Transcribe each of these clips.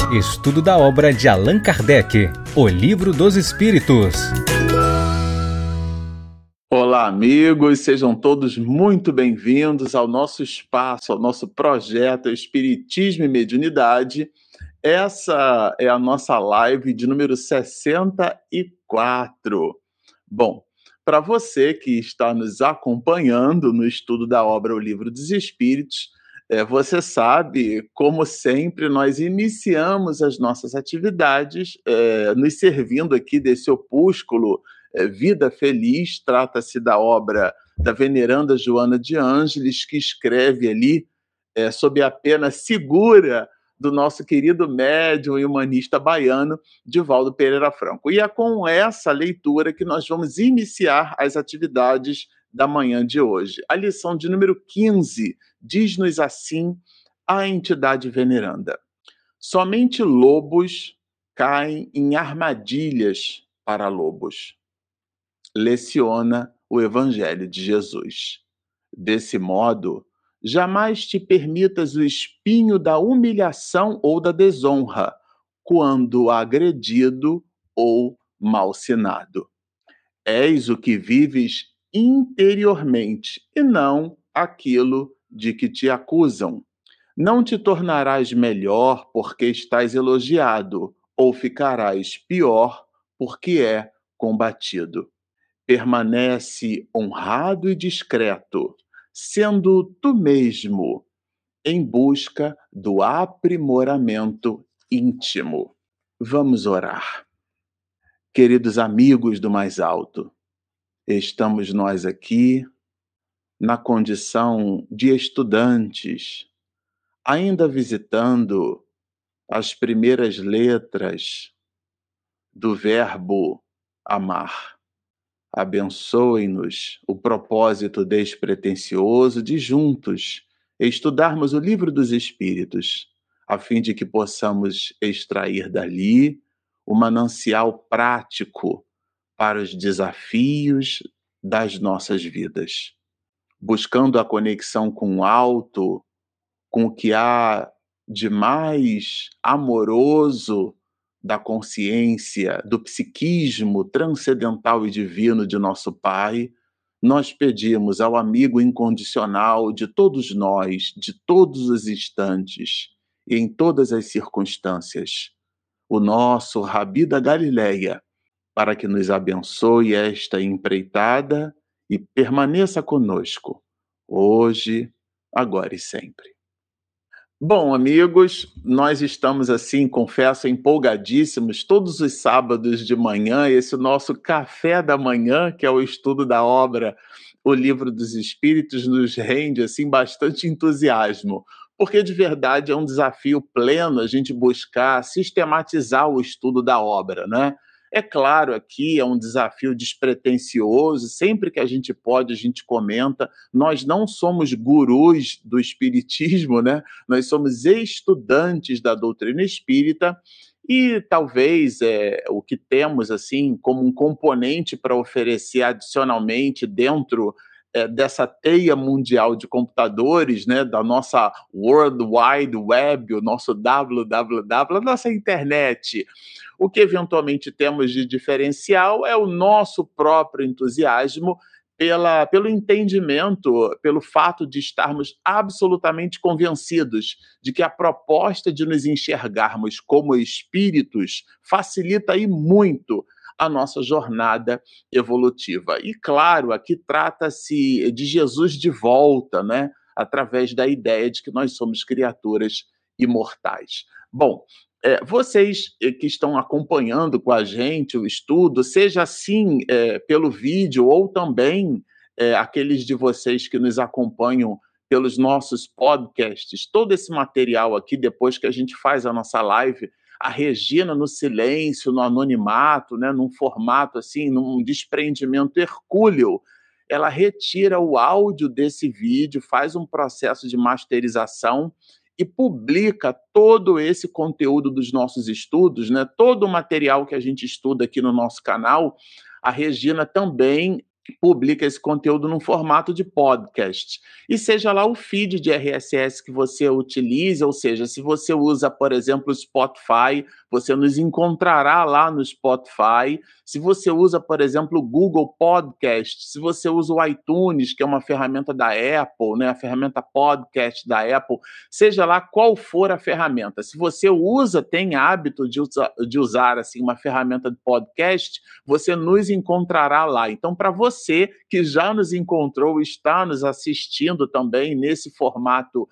Estudo da obra de Allan Kardec, O Livro dos Espíritos. Olá, amigos, sejam todos muito bem-vindos ao nosso espaço, ao nosso projeto Espiritismo e Mediunidade. Essa é a nossa live de número 64. Bom, para você que está nos acompanhando no estudo da obra O Livro dos Espíritos, você sabe, como sempre, nós iniciamos as nossas atividades nos servindo aqui desse opúsculo Vida Feliz. Trata-se da obra da veneranda Joana de Ângeles, que escreve ali sob a pena segura do nosso querido médium e humanista baiano, Divaldo Pereira Franco. E é com essa leitura que nós vamos iniciar as atividades da manhã de hoje. A lição de número 15 diz-nos assim a entidade veneranda: somente lobos caem em armadilhas para lobos. Leciona o Evangelho de Jesus. Desse modo, jamais te permitas o espinho da humilhação ou da desonra, quando agredido ou malsinado. És o que vives interiormente e não aquilo de que te acusam. Não te tornarás melhor porque estás elogiado, ou ficarás pior porque é combatido. Permanece honrado e discreto, sendo tu mesmo, em busca do aprimoramento íntimo. Vamos orar. Queridos amigos do mais alto, estamos nós aqui na condição de estudantes, ainda visitando as primeiras letras do verbo amar. Abençoe-nos o propósito despretensioso de juntos estudarmos o Livro dos Espíritos, a fim de que possamos extrair dali o manancial prático para os desafios das nossas vidas, buscando a conexão com o alto, com o que há de mais amoroso da consciência, do psiquismo transcendental e divino de nosso Pai. Nós pedimos ao amigo incondicional de todos nós, de todos os instantes e em todas as circunstâncias, o nosso Rabi da Galileia, para que nos abençoe esta empreitada e permaneça conosco, hoje, agora e sempre. Bom, amigos, nós estamos assim, confesso, empolgadíssimos todos os sábados de manhã, esse nosso café da manhã, que é o estudo da obra O Livro dos Espíritos, nos rende assim bastante entusiasmo, porque de verdade é um desafio pleno a gente buscar sistematizar o estudo da obra, né? É claro, aqui é um desafio despretensioso, sempre que a gente pode, a gente comenta. Nós não somos gurus do espiritismo, né? Nós somos estudantes da doutrina espírita e talvez o que temos assim como um componente para oferecer adicionalmente dentro dessa teia mundial de computadores, né, da nossa World Wide Web, o nosso www, a nossa internet. O que eventualmente temos de diferencial é o nosso próprio entusiasmo pelo entendimento, pelo fato de estarmos absolutamente convencidos de que a proposta de nos enxergarmos como espíritos facilita e muito a nossa jornada evolutiva. E, claro, aqui trata-se de Jesus de volta, né? Através da ideia de que nós somos criaturas imortais. Bom, vocês que estão acompanhando com a gente o estudo, seja assim pelo vídeo ou também aqueles de vocês que nos acompanham pelos nossos podcasts, todo esse material aqui, depois que a gente faz a nossa live, a Regina no silêncio, no anonimato, né, num formato assim, num desprendimento hercúleo, ela retira o áudio desse vídeo, faz um processo de masterização e publica todo esse conteúdo dos nossos estudos, né? Todo o material que a gente estuda aqui no nosso canal, a Regina também publica esse conteúdo num formato de podcast. E seja lá o feed de RSS que você utilize, ou seja, se você usa, por exemplo, o Spotify, você nos encontrará lá no Spotify. Se você usa, por exemplo, o Google Podcast, se você usa o iTunes, que é uma ferramenta da Apple, né, a ferramenta podcast da Apple, seja lá qual for a ferramenta. Se você usa, tem hábito de usar assim, uma ferramenta de podcast, você nos encontrará lá. Então, para você que já nos encontrou, está nos assistindo também nesse formato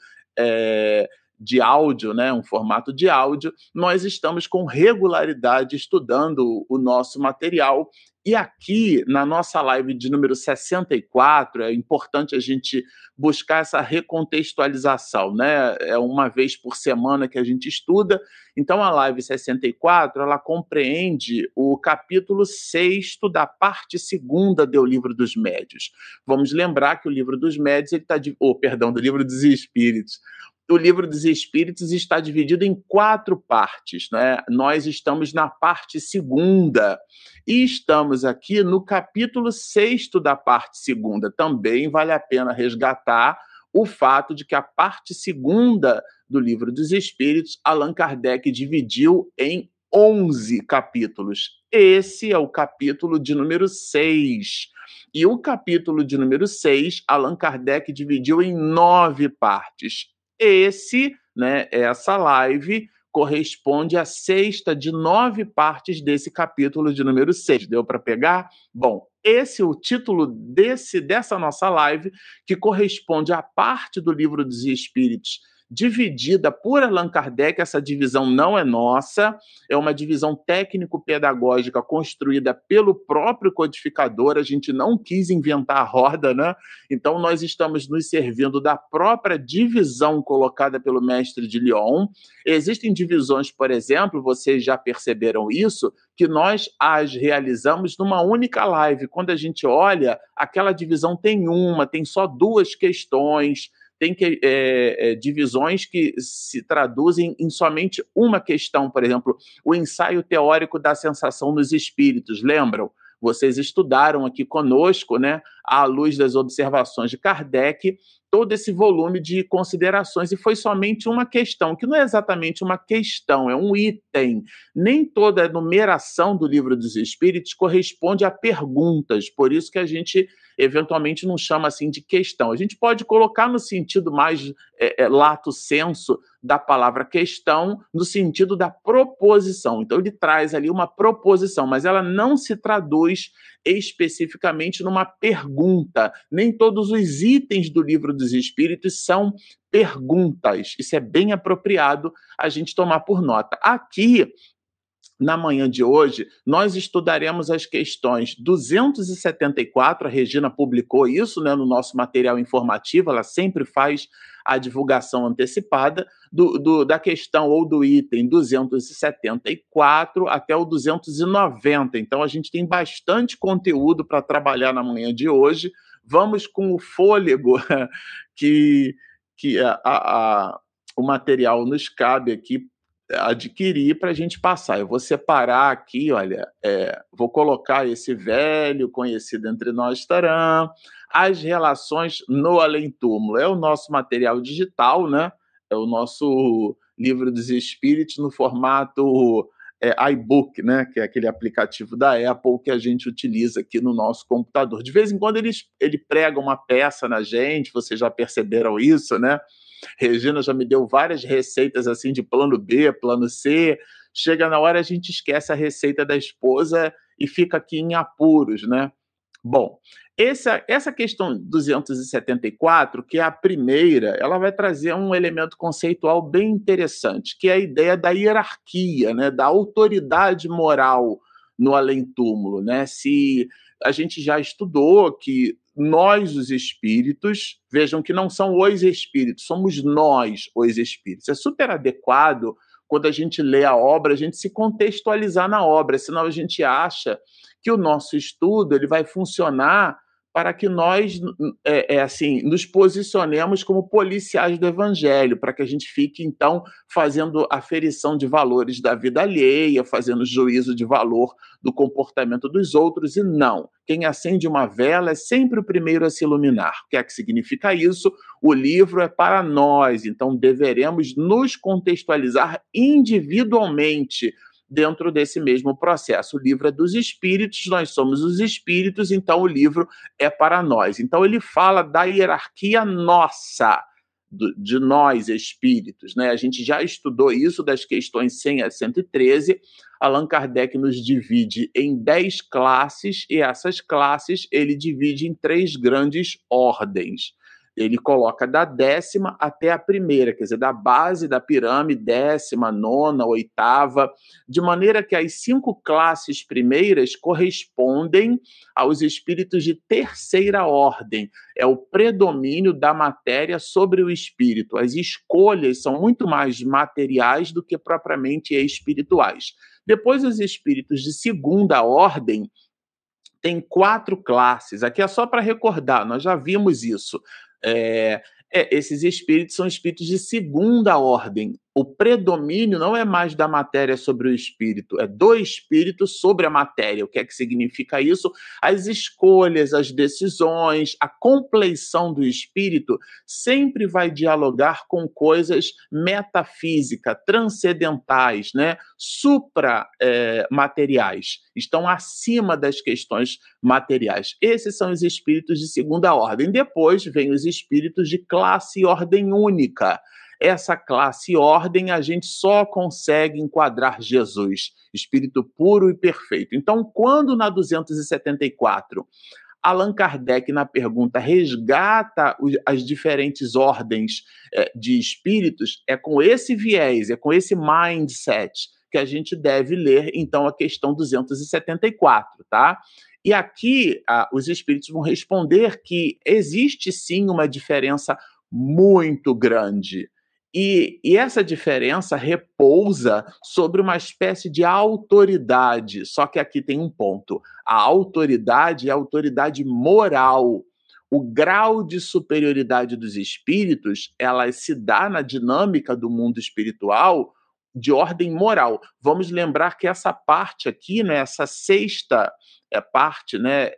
de áudio, né, um formato de áudio, nós estamos com regularidade estudando o nosso material. E aqui, na nossa live de número 64, é importante a gente buscar essa recontextualização, né? É uma vez por semana que a gente estuda. Então, a live 64, ela compreende o capítulo 6º da parte 2ª do Livro dos Médiuns. Vamos lembrar que o Livro dos Médiuns, do Livro dos Espíritos, o Livro dos Espíritos está dividido em 4 partes, né? Nós estamos na parte 2ª e estamos aqui no capítulo 6º da parte 2ª. Também vale a pena resgatar o fato de que a parte 2ª do Livro dos Espíritos, Allan Kardec dividiu em 11 capítulos. Esse é o capítulo de número 6. E o capítulo de número 6, Allan Kardec dividiu em 9 partes. Essa live corresponde à 6ª de 9 partes desse capítulo de número 6. Deu para pegar? Bom, esse é o título dessa nossa live, que corresponde à parte do Livro dos Espíritos dividida por Allan Kardec. Essa divisão não é nossa, é uma divisão técnico-pedagógica construída pelo próprio codificador. A gente não quis inventar a roda, né? Então, nós estamos nos servindo da própria divisão colocada pelo mestre de Lyon. Existem divisões, por exemplo, vocês já perceberam isso, que nós as realizamos numa única live. Quando a gente olha, aquela divisão tem só 2 questões, tem divisões que se traduzem em somente uma questão. Por exemplo, o ensaio teórico da sensação nos espíritos, lembram? Vocês estudaram aqui conosco, né, à luz das observações de Kardec, todo esse volume de considerações, e foi somente uma questão, que não é exatamente uma questão, é um item. Nem toda a numeração do Livro dos Espíritos corresponde a perguntas, por isso que a gente eventualmente não chama assim de questão. A gente pode colocar no sentido mais lato sensu da palavra questão, no sentido da proposição. Então, ele traz ali uma proposição, mas ela não se traduz especificamente numa pergunta. Nem todos os itens do Livro dos Espíritos são perguntas. Isso é bem apropriado a gente tomar por nota. Aqui, na manhã de hoje, nós estudaremos as questões 274, a Regina publicou isso, né, no nosso material informativo, ela sempre faz a divulgação antecipada da questão ou do item 274 até o 290. Então, a gente tem bastante conteúdo para trabalhar na manhã de hoje. Vamos com o fôlego que o material nos cabe aqui adquirir para a gente passar. Eu vou separar aqui, olha, vou colocar esse velho conhecido entre nós, Taram, as relações no além-túmulo. É o nosso material digital, né? É o nosso Livro dos Espíritos no formato iBook, né? Que é aquele aplicativo da Apple que a gente utiliza aqui no nosso computador. De vez em quando ele prega uma peça na gente, vocês já perceberam isso, né? Regina já me deu várias receitas assim de plano B, plano C. Chega na hora, a gente esquece a receita da esposa e fica aqui em apuros, né? Bom, essa questão 274, que é a primeira, ela vai trazer um elemento conceitual bem interessante, que é a ideia da hierarquia, né, da autoridade moral no além-túmulo, né? Se a gente já estudou que nós, os espíritos, vejam que não são os espíritos, somos nós, os espíritos. É super adequado, quando a gente lê a obra, a gente se contextualizar na obra, senão a gente acha que o nosso estudo ele vai funcionar para que nós assim, nos posicionemos como policiais do evangelho, para que a gente fique, então, fazendo aferição de valores da vida alheia, fazendo juízo de valor do comportamento dos outros, e não. Quem acende uma vela é sempre o primeiro a se iluminar. O que é que significa isso? O livro é para nós, então deveremos nos contextualizar individualmente dentro desse mesmo processo. O livro é dos espíritos, nós somos os espíritos, então o livro é para nós. Então ele fala da hierarquia nossa, de nós espíritos, né? A gente já estudou isso das questões 100 a 113. Allan Kardec nos divide em 10 classes, e essas classes ele divide em 3 grandes ordens. Ele coloca da 10ª até a primeira, quer dizer, da base da pirâmide, 10ª, 9ª, 8ª, de maneira que as 5 classes primeiras correspondem aos espíritos de terceira ordem. É o predomínio da matéria sobre o espírito. As escolhas são muito mais materiais do que propriamente espirituais. Depois, os espíritos de segunda ordem têm 4 classes. Aqui é só para recordar, nós já vimos isso. Esses espíritos são espíritos de segunda ordem. O predomínio não é mais da matéria sobre o espírito, é do espírito sobre a matéria. O que é que significa isso? As escolhas, as decisões, a compleição do espírito sempre vai dialogar com coisas metafísicas, transcendentais, né? Supramateriais. Estão acima das questões materiais. Esses são os espíritos de segunda ordem. Depois vem os espíritos de classe e ordem única. Essa classe e ordem a gente só consegue enquadrar Jesus, espírito puro e perfeito. Então, quando na 274 Allan Kardec, na pergunta, resgata as diferentes ordens de espíritos, é com esse viés, é com esse mindset que a gente deve ler, então, a questão 274, tá? E aqui os espíritos vão responder que existe sim uma diferença muito grande. E essa diferença repousa sobre uma espécie de autoridade, só que aqui tem um ponto. A autoridade é a autoridade moral. O grau de superioridade dos espíritos, ela se dá na dinâmica do mundo espiritual de ordem moral. Vamos lembrar que essa parte aqui, né, essa sexta parte, né,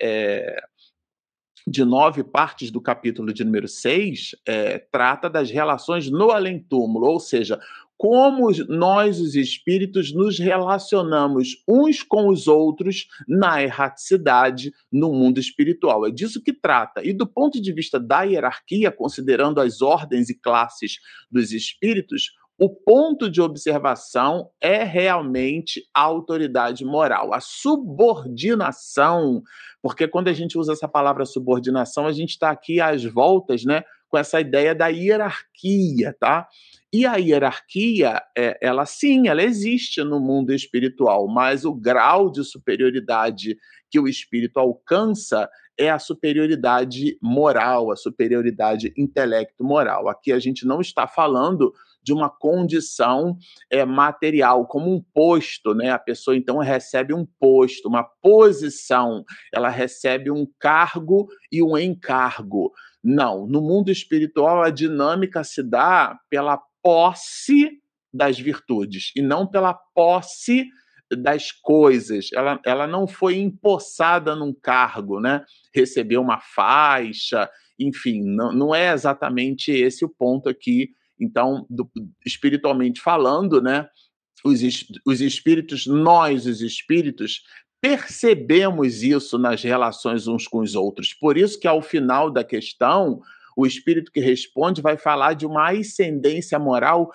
de 9 partes do capítulo de número 6, trata das relações no além-túmulo, ou seja, como nós, os espíritos, nos relacionamos uns com os outros na erraticidade no mundo espiritual. É disso que trata. E do ponto de vista da hierarquia, considerando as ordens e classes dos espíritos, o ponto de observação é realmente a autoridade moral, a subordinação, porque quando a gente usa essa palavra subordinação, a gente está aqui às voltas, né, com essa ideia da hierarquia, tá? E a hierarquia, ela sim, ela existe no mundo espiritual, mas o grau de superioridade que o espírito alcança é a superioridade moral, a superioridade intelecto-moral. Aqui a gente não está falando de uma condição material, como um posto, né? A pessoa, então, recebe um posto, uma posição, ela recebe um cargo e um encargo. Não, no mundo espiritual a dinâmica se dá pela posse das virtudes e não pela posse das coisas. Ela não foi empossada num cargo, né? Recebeu uma faixa, enfim, não é exatamente esse o ponto aqui. Então, espiritualmente falando, né, os espíritos, nós, os espíritos, percebemos isso nas relações uns com os outros. Por isso que, ao final da questão, o espírito que responde vai falar de uma ascendência moral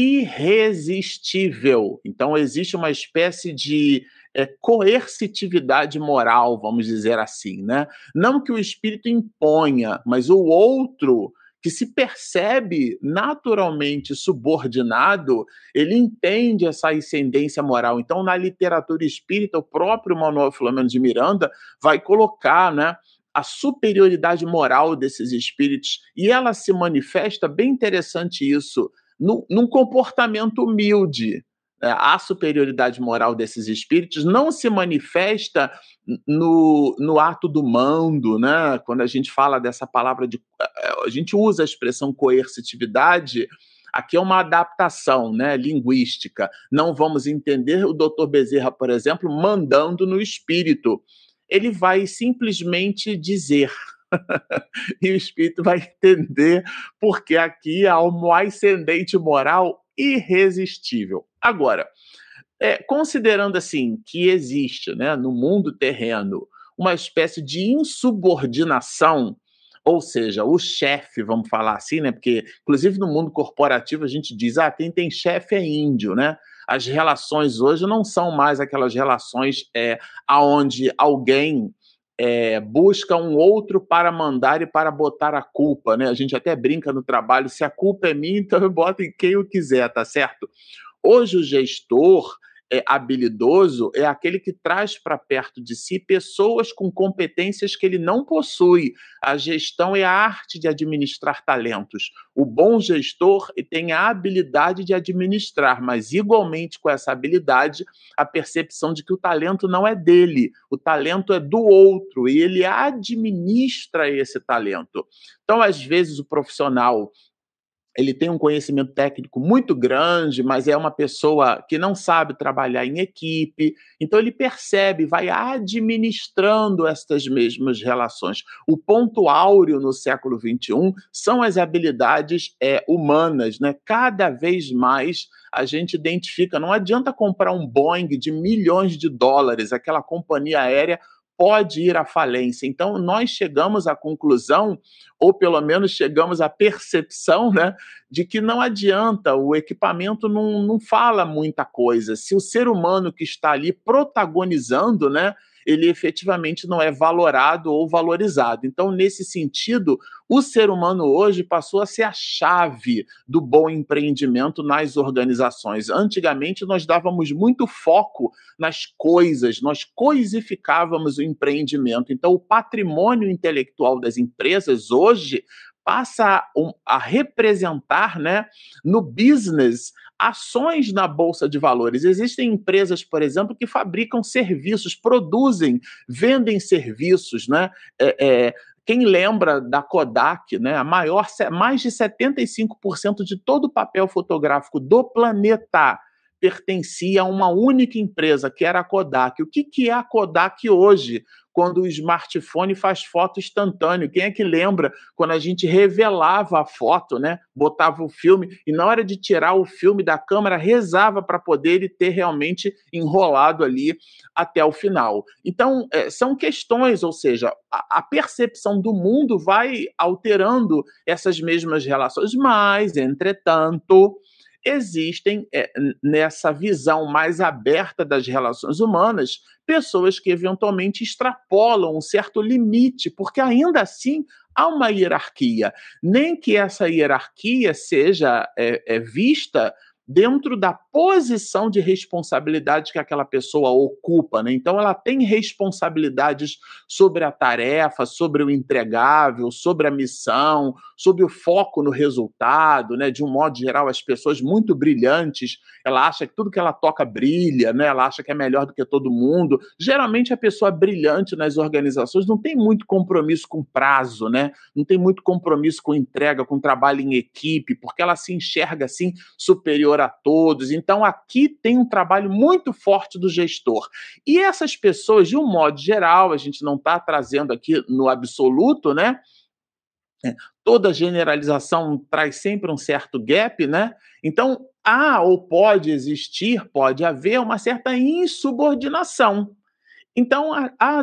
irresistível. Então, existe uma espécie de coercitividade moral, vamos dizer assim, né? Não que o espírito imponha, mas o outro que se percebe naturalmente subordinado, ele entende essa ascendência moral. Então, na literatura espírita, o próprio Manuel Filomeno de Miranda vai colocar, né, a superioridade moral desses espíritos, e ela se manifesta, bem interessante isso, num comportamento humilde. A superioridade moral desses espíritos não se manifesta no ato do mando, né? Quando a gente fala dessa palavra a gente usa a expressão coercitividade, aqui é uma adaptação, né, linguística. Não vamos entender o Dr. Bezerra, por exemplo, mandando no espírito. Ele vai simplesmente dizer. E o espírito vai entender, porque aqui há um ascendente moral irresistível. Agora, considerando assim que existe, né, no mundo terreno uma espécie de insubordinação, ou seja, o chefe, vamos falar assim, né, porque inclusive no mundo corporativo a gente diz, quem tem chefe é índio, né? As relações hoje não são mais aquelas relações aonde alguém busca um outro para mandar e para botar a culpa, né? A gente até brinca no trabalho, se a culpa é minha, então eu boto em quem eu quiser, tá certo? Hoje o gestor habilidoso é aquele que traz para perto de si pessoas com competências que ele não possui. A gestão é a arte de administrar talentos. O bom gestor tem a habilidade de administrar, mas igualmente com essa habilidade, a percepção de que o talento não é dele, o talento é do outro e ele administra esse talento. Então, às vezes, o profissional ele tem um conhecimento técnico muito grande, mas é uma pessoa que não sabe trabalhar em equipe, então ele percebe, vai administrando estas mesmas relações. O ponto áureo no século XXI são as habilidades humanas, né? Cada vez mais a gente identifica, não adianta comprar um Boeing de milhões de dólares, aquela companhia aérea pode ir à falência. Então, nós chegamos à conclusão, ou pelo menos chegamos à percepção, né, de que não adianta, o equipamento não fala muita coisa. Se o ser humano que está ali protagonizando, né, ele efetivamente não é valorado ou valorizado. Então, nesse sentido, o ser humano hoje passou a ser a chave do bom empreendimento nas organizações. Antigamente, nós dávamos muito foco nas coisas, nós coisificávamos o empreendimento. Então, o patrimônio intelectual das empresas hoje passa a representar, né, no business, ações na Bolsa de Valores. Existem empresas, por exemplo, que fabricam serviços, produzem, vendem serviços, né? Quem lembra da Kodak, né, mais de 75% de todo o papel fotográfico do planeta pertencia a uma única empresa, que era a Kodak. O que é a Kodak hoje, quando o smartphone faz foto instantâneo? Quem é que lembra quando a gente revelava a foto, né? Botava o filme e na hora de tirar o filme da câmera, rezava para poder ele ter realmente enrolado ali até o final. Então, são questões, ou seja, a percepção do mundo vai alterando essas mesmas relações, mas, entretanto, existem, nessa visão mais aberta das relações humanas, pessoas que eventualmente extrapolam um certo limite, porque ainda assim há uma hierarquia. Nem que essa hierarquia seja vista dentro da posição de responsabilidade que aquela pessoa ocupa, né? Então, ela tem responsabilidades sobre a tarefa, sobre o entregável, sobre a missão, sobre o foco no resultado, né? De um modo geral, as pessoas muito brilhantes, ela acha que tudo que ela toca brilha, né? Ela acha que é melhor do que todo mundo. Geralmente, a pessoa brilhante nas organizações não tem muito compromisso com prazo, né? Não tem muito compromisso com entrega, com trabalho em equipe, porque ela se enxerga assim superior a todos. Então, aqui tem um trabalho muito forte do gestor. E essas pessoas, de um modo geral, a gente não está trazendo aqui no absoluto, né? Toda generalização traz sempre um certo gap, né? Então, há ou pode existir, pode haver uma certa insubordinação. Então, a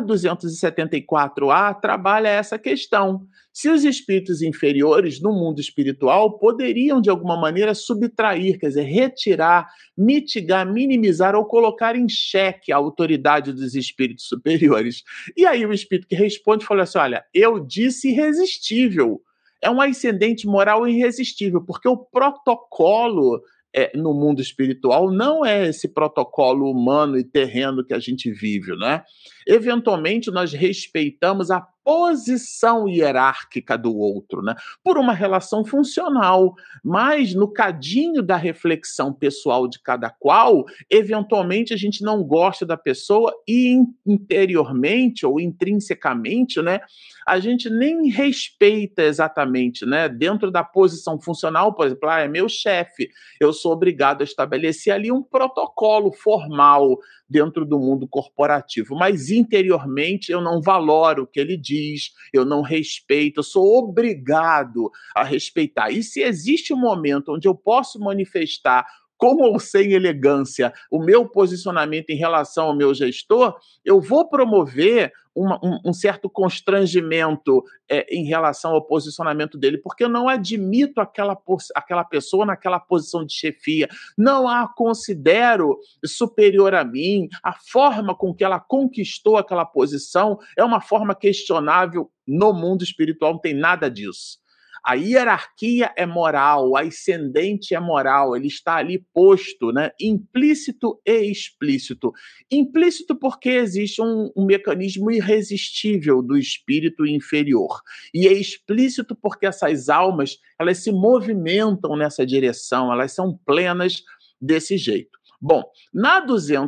274A trabalha essa questão. Se os espíritos inferiores no mundo espiritual poderiam, de alguma maneira, subtrair, quer dizer, retirar, mitigar, minimizar ou colocar em xeque a autoridade dos espíritos superiores. E aí o espírito que responde fala assim, olha, eu disse irresistível. É um ascendente moral irresistível, porque o protocolo no mundo espiritual não é esse protocolo humano e terreno que a gente vive, né? Eventualmente, nós respeitamos a posição hierárquica do outro, né? Por uma relação funcional, mas no cadinho da reflexão pessoal de cada qual, eventualmente a gente não gosta da pessoa e interiormente ou intrinsecamente, né, a gente nem respeita exatamente, né, dentro da posição funcional, por exemplo, é meu chefe, eu sou obrigado a estabelecer ali um protocolo formal dentro do mundo corporativo, mas interiormente eu não valoro o que ele diz, eu não respeito, eu sou obrigado a respeitar. E se existe um momento onde eu posso manifestar com ou sem elegância o meu posicionamento em relação ao meu gestor, eu vou promover um certo constrangimento em relação ao posicionamento dele, porque eu não admito aquela pessoa naquela posição de chefia, não a considero superior a mim, a forma com que ela conquistou aquela posição é uma forma questionável no mundo espiritual, não tem nada disso. A hierarquia é moral, o ascendente é moral, ele está ali posto, né? Implícito e explícito. Implícito porque existe um mecanismo irresistível do espírito inferior. E é explícito porque essas almas, elas se movimentam nessa direção, elas são plenas desse jeito. Bom, na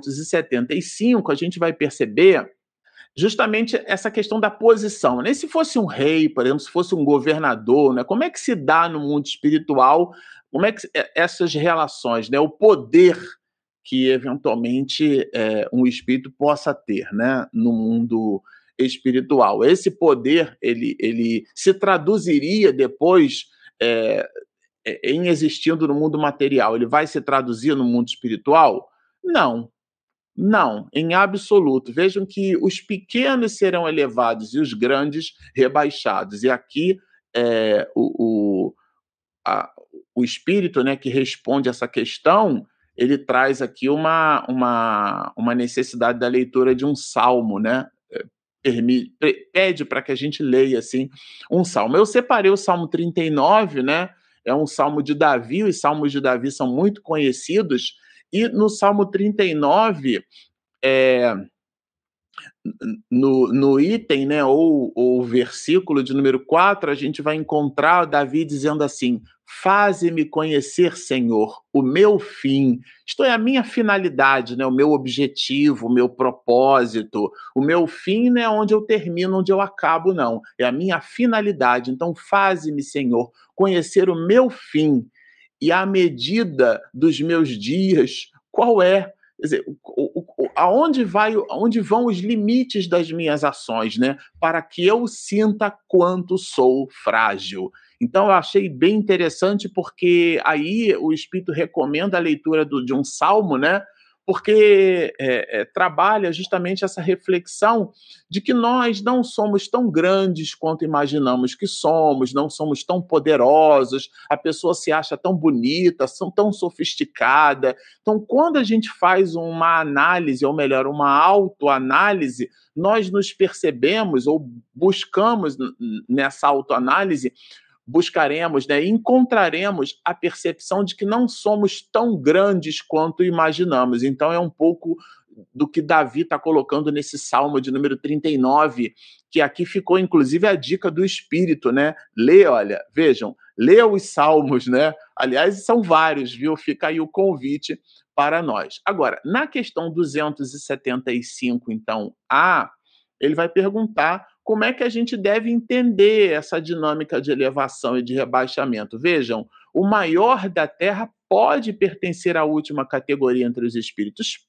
275, a gente vai perceber justamente essa questão da posição, né? Se fosse um rei, por exemplo, se fosse um governador, né? Como é que se dá no mundo espiritual, como é que essas relações, né? O poder que eventualmente um espírito possa ter, né? No mundo espiritual. Esse poder, ele se traduziria depois é, em existindo no mundo material, ele vai se traduzir no mundo espiritual? Não, não, em absoluto. Vejam que os pequenos serão elevados e os grandes rebaixados. E aqui a, o espírito, né, que responde essa questão, ele traz aqui uma necessidade da leitura de um salmo, né? Pede para que a gente leia assim um salmo. Eu separei o Salmo 39, né? É um salmo de Davi, os salmos de Davi são muito conhecidos, e no Salmo 39, é, no item, né, ou versículo de número 4, a gente vai encontrar Davi dizendo assim: faze-me conhecer, Senhor, o meu fim, isto é, a minha finalidade, né, o meu objetivo, o meu propósito. O meu fim não é onde eu termino, onde eu acabo, não. É a minha finalidade. Então, faze-me, Senhor, conhecer o meu fim e a medida dos meus dias, qual é? Quer dizer, aonde vão os limites das minhas ações, né? Para que eu sinta quanto sou frágil. Então, eu achei bem interessante, porque aí o Espírito recomenda a leitura de um salmo, né? Porque trabalha justamente essa reflexão de que nós não somos tão grandes quanto imaginamos que somos, não somos tão poderosos, a pessoa se acha tão bonita, tão sofisticada. Então, quando a gente faz uma análise, ou melhor, uma autoanálise, nós nos percebemos ou buscamos nessa autoanálise, buscaremos, né, encontraremos a percepção de que não somos tão grandes quanto imaginamos. Então, é um pouco do que Davi está colocando nesse Salmo de número 39, que aqui ficou, inclusive, a dica do Espírito, né? Olha, vejam, lê os Salmos, né? Aliás, são vários, viu? Fica aí o convite para nós. Agora, na questão 275, então, ele vai perguntar como é que a gente deve entender essa dinâmica de elevação e de rebaixamento. Vejam, o maior da Terra pode pertencer à última categoria entre os espíritos?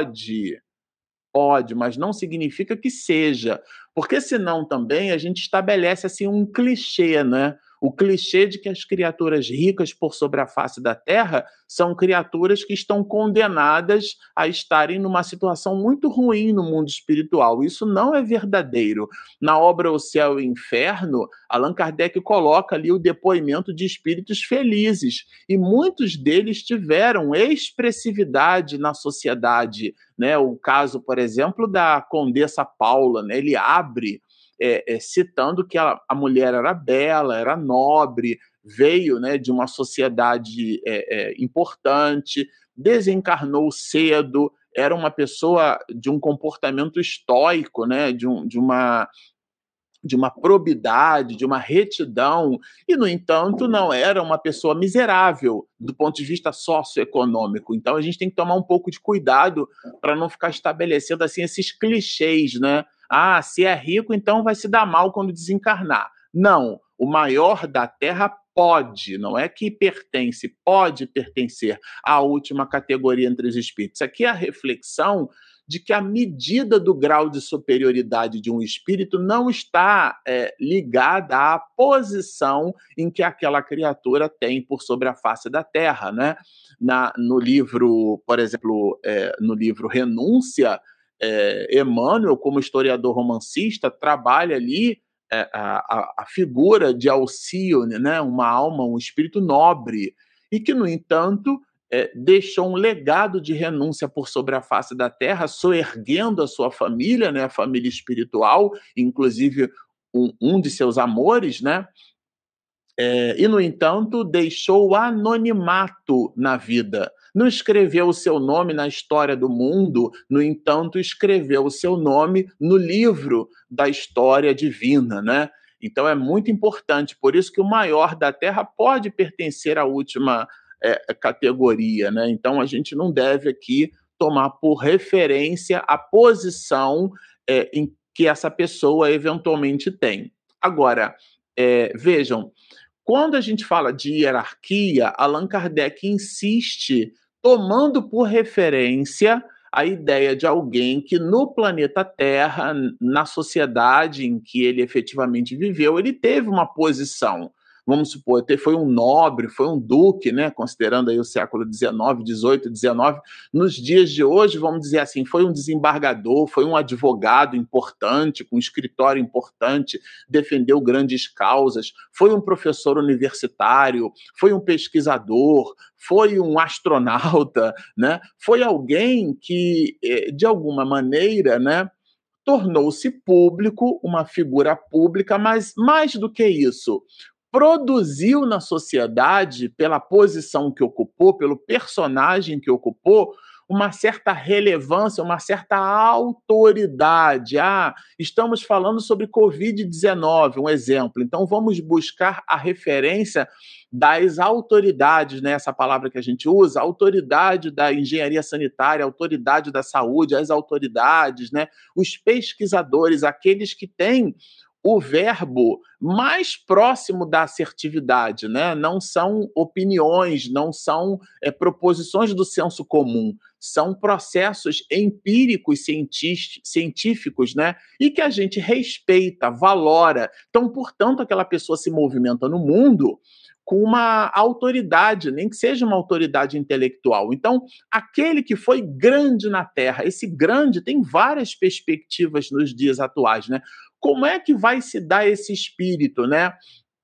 Pode, mas não significa que seja, porque senão também a gente estabelece assim um clichê, né? O clichê de que as criaturas ricas por sobre a face da Terra são criaturas que estão condenadas a estarem numa situação muito ruim no mundo espiritual. Isso não é verdadeiro. Na obra O Céu e o Inferno, Allan Kardec coloca ali o depoimento de espíritos felizes, e muitos deles tiveram expressividade na sociedade, né? O caso, por exemplo, da Condessa Paula, né? Ele abre citando que a mulher era bela, era nobre, veio, né, de uma sociedade importante, desencarnou cedo, era uma pessoa de um comportamento estoico, né, de uma de uma probidade, de uma retidão, e, no entanto, não era uma pessoa miserável do ponto de vista socioeconômico. Então, a gente tem que tomar um pouco de cuidado para não ficar estabelecendo assim esses clichês, né? Ah, se é rico, então vai se dar mal quando desencarnar. Não, o maior da Terra pode, não é que pertence, pode pertencer à última categoria entre os espíritos. Aqui é a reflexão de que a medida do grau de superioridade de um espírito não está ligada à posição em que aquela criatura tem por sobre a face da Terra, né? No livro, por exemplo, no livro Renúncia, Emmanuel, como historiador romancista, trabalha ali a figura de Alcione, né? Uma alma, um espírito nobre, e que, no entanto, deixou um legado de renúncia por sobre a face da terra, soerguendo a sua família, né, a família espiritual, inclusive um de seus amores, né? E, no entanto, deixou o anonimato na vida. Não escreveu o seu nome na história do mundo, no entanto, escreveu o seu nome no livro da história divina, né? Então é muito importante, por isso que o maior da Terra pode pertencer à última categoria, né? Então a gente não deve aqui tomar por referência a posição em que essa pessoa eventualmente tem. Agora, vejam, quando a gente fala de hierarquia, Allan Kardec insiste, tomando por referência a ideia de alguém que no planeta Terra, na sociedade em que ele efetivamente viveu, ele teve uma posição. Vamos supor, foi um nobre, foi um duque, né, considerando aí o século XIX, XVIII, XIX. Nos dias de hoje, vamos dizer assim, foi um desembargador, foi um advogado importante, com um escritório importante, defendeu grandes causas, foi um professor universitário, foi um pesquisador, foi um astronauta, né? Foi alguém que, de alguma maneira, né, tornou-se público, uma figura pública, mas mais do que isso, produziu na sociedade, pela posição que ocupou, pelo personagem que ocupou, uma certa relevância, uma certa autoridade. Ah, estamos falando sobre Covid-19, um exemplo. Então, vamos buscar a referência das autoridades, né? Essa palavra que a gente usa, autoridade da engenharia sanitária, autoridade da saúde, as autoridades, né? Os pesquisadores, aqueles que têm o verbo mais próximo da assertividade, né? Não são opiniões, não são proposições do senso comum, são processos empíricos, científicos, né? E que a gente respeita, valora. Então, portanto, aquela pessoa se movimenta no mundo com uma autoridade, nem que seja uma autoridade intelectual. Então, aquele que foi grande na Terra, esse grande tem várias perspectivas nos dias atuais, né? Como é que vai se dar esse espírito, né?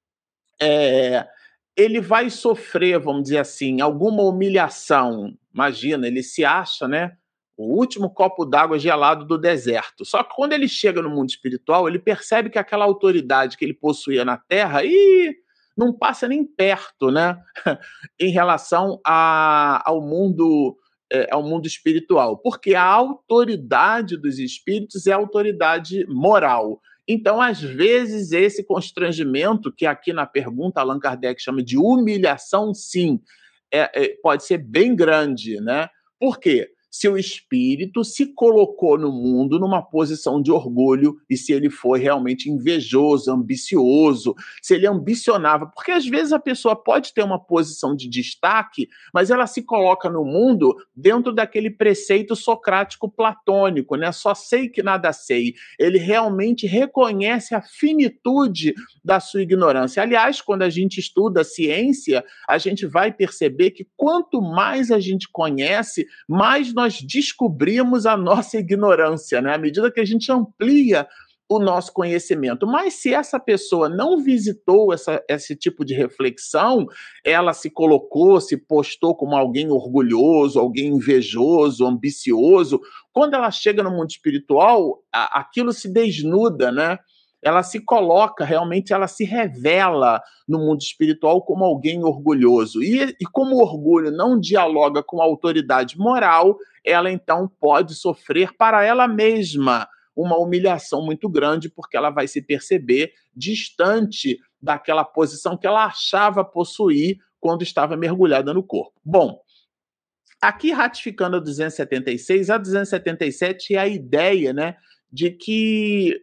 Ele vai sofrer, vamos dizer assim, alguma humilhação. Imagina, ele se acha, né, o último copo d'água gelado do deserto. Só que quando ele chega no mundo espiritual, ele percebe que aquela autoridade que ele possuía na Terra não passa nem perto, né, em relação ao mundo espiritual, porque a autoridade dos espíritos é a autoridade moral. Então, às vezes, esse constrangimento, que aqui na pergunta Allan Kardec chama de humilhação, sim, pode ser bem grande, né? Por quê? Se o espírito se colocou no mundo numa posição de orgulho e se ele foi realmente invejoso, ambicioso, se ele ambicionava, porque às vezes a pessoa pode ter uma posição de destaque, mas ela se coloca no mundo dentro daquele preceito socrático platônico, né? Só sei que nada sei. Ele realmente reconhece a finitude da sua ignorância. Aliás, quando a gente estuda a ciência, a gente vai perceber que quanto mais a gente conhece, mais nós descobrimos a nossa ignorância, né? À medida que a gente amplia o nosso conhecimento. Mas se essa pessoa não visitou esse tipo de reflexão, ela se colocou, se postou como alguém orgulhoso, alguém invejoso, ambicioso, quando ela chega no mundo espiritual, aquilo se desnuda, né? Ela se coloca, realmente ela se revela no mundo espiritual como alguém orgulhoso. E como o orgulho não dialoga com a autoridade moral, ela então pode sofrer para ela mesma uma humilhação muito grande, porque ela vai se perceber distante daquela posição que ela achava possuir quando estava mergulhada no corpo. Bom, aqui ratificando a 276, a 277 é a ideia, né, de que,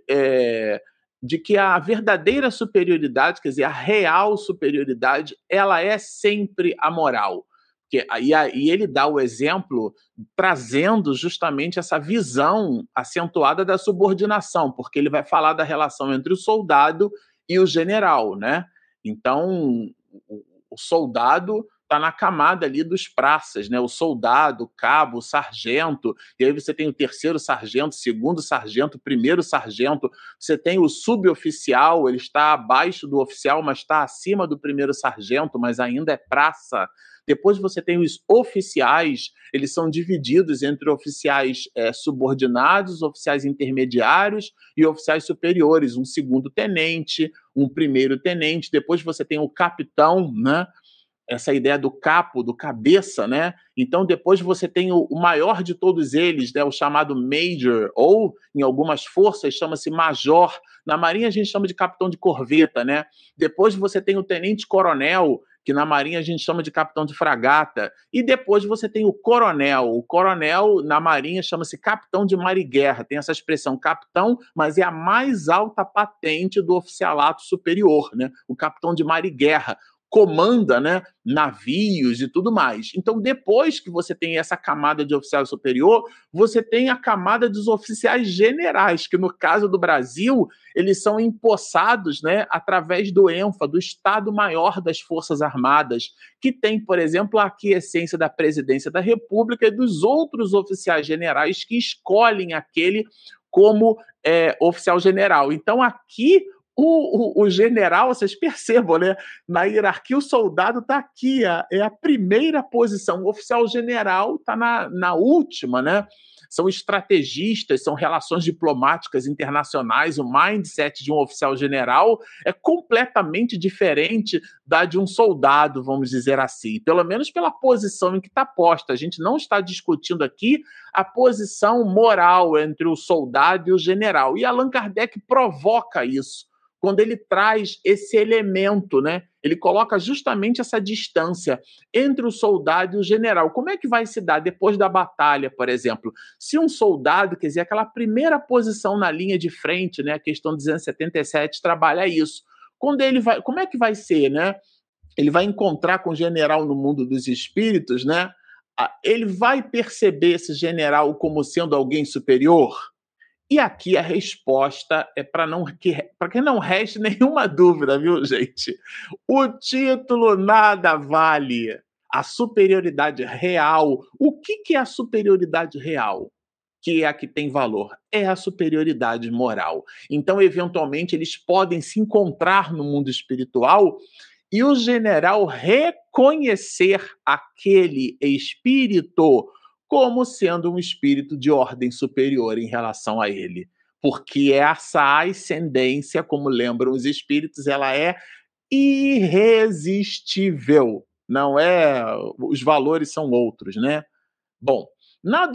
de que a verdadeira superioridade, quer dizer, a real superioridade, ela é sempre a moral. E ele dá o exemplo trazendo justamente essa visão acentuada da subordinação, porque ele vai falar da relação entre o soldado e o general, né? Então, o soldado está na camada ali dos praças, né? O soldado, o cabo, o sargento, e aí você tem o terceiro sargento, segundo sargento, primeiro sargento, você tem o suboficial, ele está abaixo do oficial, mas está acima do primeiro sargento, mas ainda é praça. Depois você tem os oficiais, eles são divididos entre oficiais subordinados, oficiais intermediários e oficiais superiores, um segundo tenente, um primeiro tenente. Depois você tem o capitão, né? Essa ideia do capo, do cabeça, né? Então depois você tem o maior de todos eles, né? O chamado major, ou em algumas forças chama-se major. Na Marinha a gente chama de capitão de corveta, né? Depois você tem o tenente-coronel, que na Marinha a gente chama de capitão de fragata. E depois você tem o coronel. O coronel na Marinha chama-se capitão de mar e guerra. Tem essa expressão capitão, mas é a mais alta patente do oficialato superior, né? O capitão de mar e guerra comanda, né, navios e tudo mais. Então, depois que você tem essa camada de oficial superior, você tem a camada dos oficiais generais, que no caso do Brasil, eles são empossados, né, através do ENFA, do Estado-Maior das Forças Armadas, que tem, por exemplo, a aquiescência da Presidência da República e dos outros oficiais generais que escolhem aquele como oficial general. Então, aqui o general, vocês percebam, né? Na hierarquia, o soldado está aqui, é a primeira posição. O oficial general está na última, né? São estrategistas, são relações diplomáticas internacionais. O mindset de um oficial general é completamente diferente da de um soldado, vamos dizer assim, pelo menos pela posição em que está posta. A gente não está discutindo aqui a posição moral entre o soldado e o general. E Allan Kardec provoca isso quando ele traz esse elemento, né? Ele coloca justamente essa distância entre o soldado e o general. Como é que vai se dar depois da batalha, por exemplo? Se um soldado, quer dizer, aquela primeira posição na linha de frente, né? A questão 277 trabalha isso. Quando ele vai, como é que vai ser, né? Ele vai encontrar com o general no mundo dos espíritos, né? Ele vai perceber esse general como sendo alguém superior? E aqui a resposta é para que não reste nenhuma dúvida, viu, gente? O título nada vale. A superioridade real. O que é a superioridade real? Que é a que tem valor. É a superioridade moral. Então, eventualmente, eles podem se encontrar no mundo espiritual e o general reconhecer aquele espírito como sendo um espírito de ordem superior em relação a ele. Porque essa ascendência, como lembram os espíritos, ela é irresistível. Não é, os valores são outros, né? Bom, na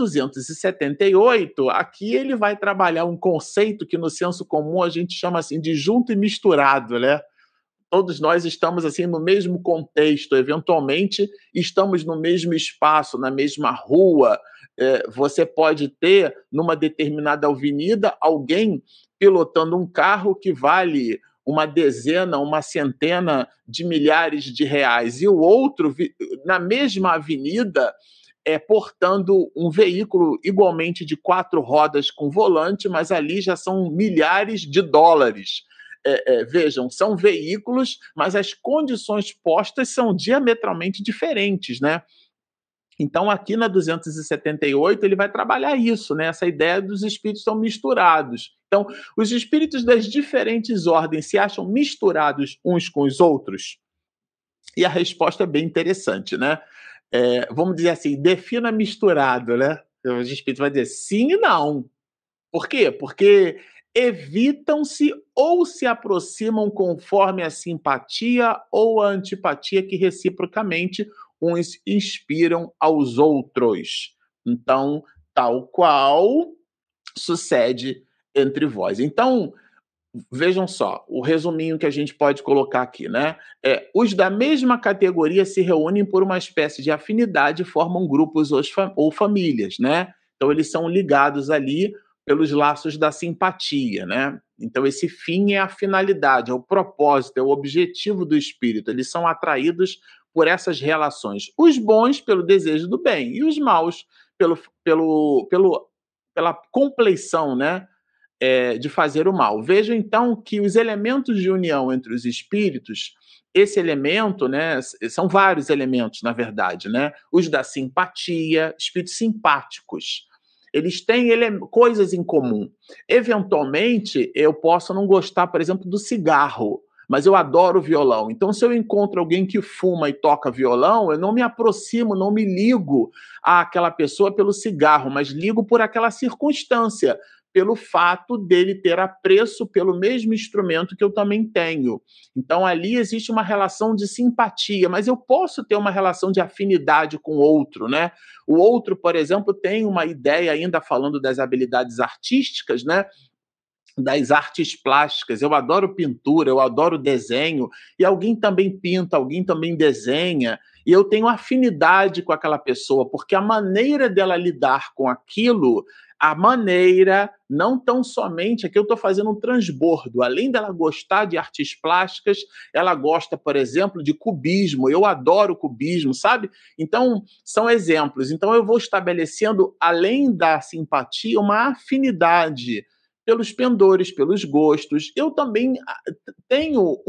278, aqui ele vai trabalhar um conceito que no senso comum a gente chama assim de junto e misturado, né? Todos nós estamos assim no mesmo contexto, eventualmente estamos no mesmo espaço, na mesma rua. Você pode ter, numa determinada avenida, alguém pilotando um carro que vale uma dezena, uma centena de milhares de reais, e o outro, na mesma avenida, portando um veículo igualmente de 4 rodas com volante, mas ali já são milhares de dólares. Vejam, são veículos, mas as condições postas são diametralmente diferentes, né? Então, aqui na 278, ele vai trabalhar isso, né? Essa ideia dos espíritos são misturados. Então, os espíritos das diferentes ordens se acham misturados uns com os outros? E a resposta é bem interessante, né? Vamos dizer assim, defina misturado, né? O espírito vai dizer sim e não. Por quê? Porque evitam-se ou se aproximam conforme a simpatia ou a antipatia que reciprocamente uns inspiram aos outros. Então, tal qual sucede entre vós. Então, vejam só, o resuminho que a gente pode colocar aqui, né? Os da mesma categoria se reúnem por uma espécie de afinidade e formam grupos ou famílias, né? Então, eles são ligados ali pelos laços da simpatia, né? Então, esse fim é a finalidade, é o propósito, é o objetivo do espírito. Eles são atraídos por essas relações. Os bons pelo desejo do bem e os maus pelo, pela compleição, né? De fazer o mal. Veja então que os elementos de união entre os espíritos, esse elemento, né, são vários elementos, na verdade, né? Os da simpatia, espíritos simpáticos. Eles têm coisas em comum. Eventualmente, eu posso não gostar, por exemplo, do cigarro, mas eu adoro violão. Então, se eu encontro alguém que fuma e toca violão, eu não me aproximo, não me ligo àquela pessoa pelo cigarro, mas ligo por aquela circunstância, pelo fato dele ter apreço pelo mesmo instrumento que eu também tenho. Então, ali existe uma relação de simpatia, mas eu posso ter uma relação de afinidade com o outro, né? O outro, por exemplo, tem uma ideia, ainda falando das habilidades artísticas, né? Das artes plásticas. Eu adoro pintura, eu adoro desenho, e alguém também pinta, alguém também desenha, e eu tenho afinidade com aquela pessoa, porque a maneira dela lidar com aquilo, a maneira, não tão somente, aqui eu estou fazendo um transbordo, além dela gostar de artes plásticas, ela gosta, por exemplo, de cubismo, eu adoro cubismo, sabe? Então, são exemplos. Então, eu vou estabelecendo, além da simpatia, uma afinidade pelos pendores, pelos gostos. Eu também tenho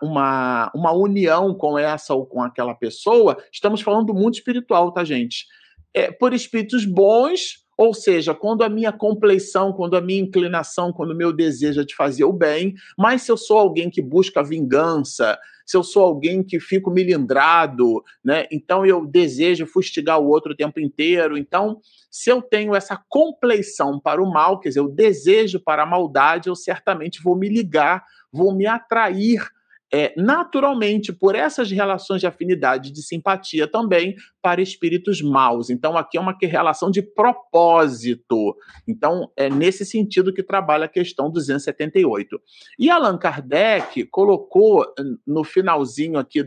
uma união com essa ou com aquela pessoa. Estamos falando do mundo espiritual, tá, gente? Por espíritos bons, ou seja, quando a minha compleição, quando a minha inclinação, quando o meu desejo é de fazer o bem, mas se eu sou alguém que busca vingança, se eu sou alguém que fico milindrado, né? Então eu desejo fustigar o outro o tempo inteiro. Então, se eu tenho essa compleição para o mal, quer dizer, eu desejo para a maldade, eu certamente vou me ligar, vou me atrair naturalmente por essas relações de afinidade, de simpatia também para espíritos maus. Então, aqui é uma relação de propósito. Então, é nesse sentido que trabalha a questão 278. E Allan Kardec colocou no finalzinho aqui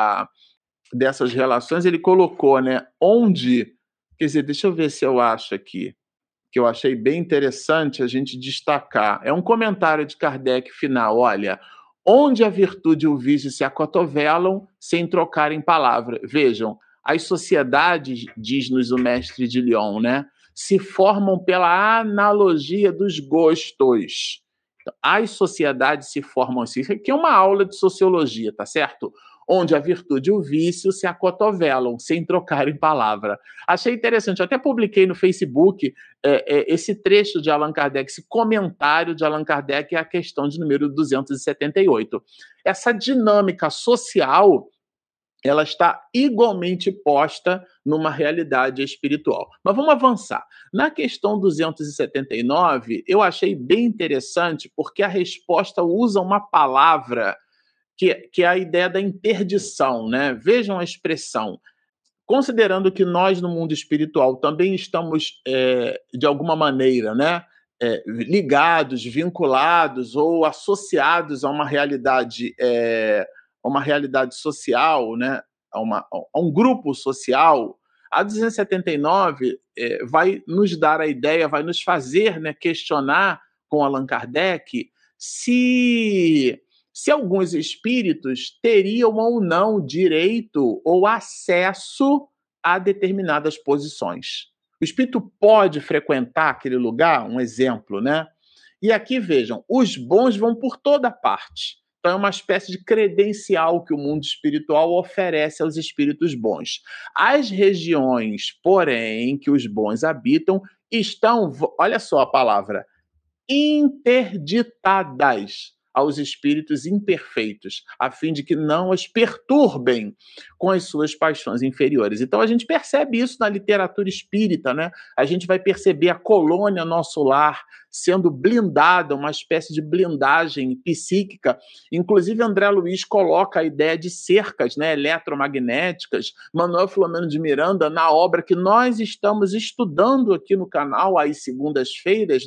dessas relações, ele colocou, né, onde, quer dizer, deixa eu ver se eu acho aqui, que eu achei bem interessante a gente destacar. É um comentário de Kardec final, olha, onde a virtude e o vício se acotovelam sem trocarem palavra. Vejam, as sociedades, diz-nos o mestre de Lyon, né, se formam pela analogia dos gostos. Então, as sociedades se formam assim. Isso aqui é uma aula de sociologia, tá certo? Onde a virtude e o vício se acotovelam, sem trocarem palavra. Achei interessante, eu até publiquei no Facebook esse trecho de Allan Kardec, esse comentário de Allan Kardec, é a questão de número 278. Essa dinâmica social, ela está igualmente posta numa realidade espiritual. Mas vamos avançar. Na questão 279, eu achei bem interessante, porque a resposta usa uma palavra que é a ideia da interdição, né? Vejam a expressão. Considerando que nós, no mundo espiritual, também estamos, de alguma maneira, né, ligados, vinculados ou associados a uma realidade social, né, a um grupo social, a 279 vai nos dar a ideia, vai nos fazer, né, questionar com Allan Kardec se alguns espíritos teriam ou não direito ou acesso a determinadas posições. O espírito pode frequentar aquele lugar, um exemplo, né? E aqui vejam, os bons vão por toda parte. Então é uma espécie de credencial que o mundo espiritual oferece aos espíritos bons. As regiões, porém, que os bons habitam estão, olha só a palavra, interditadas aos espíritos imperfeitos, a fim de que não as perturbem com as suas paixões inferiores. Então a gente percebe isso na literatura espírita, né? A gente vai perceber a colônia Nosso Lar sendo blindada, uma espécie de blindagem psíquica. Inclusive André Luiz coloca a ideia de cercas, né, eletromagnéticas, Manuel Filomeno de Miranda na obra que nós estamos estudando aqui no canal às segundas-feiras, né,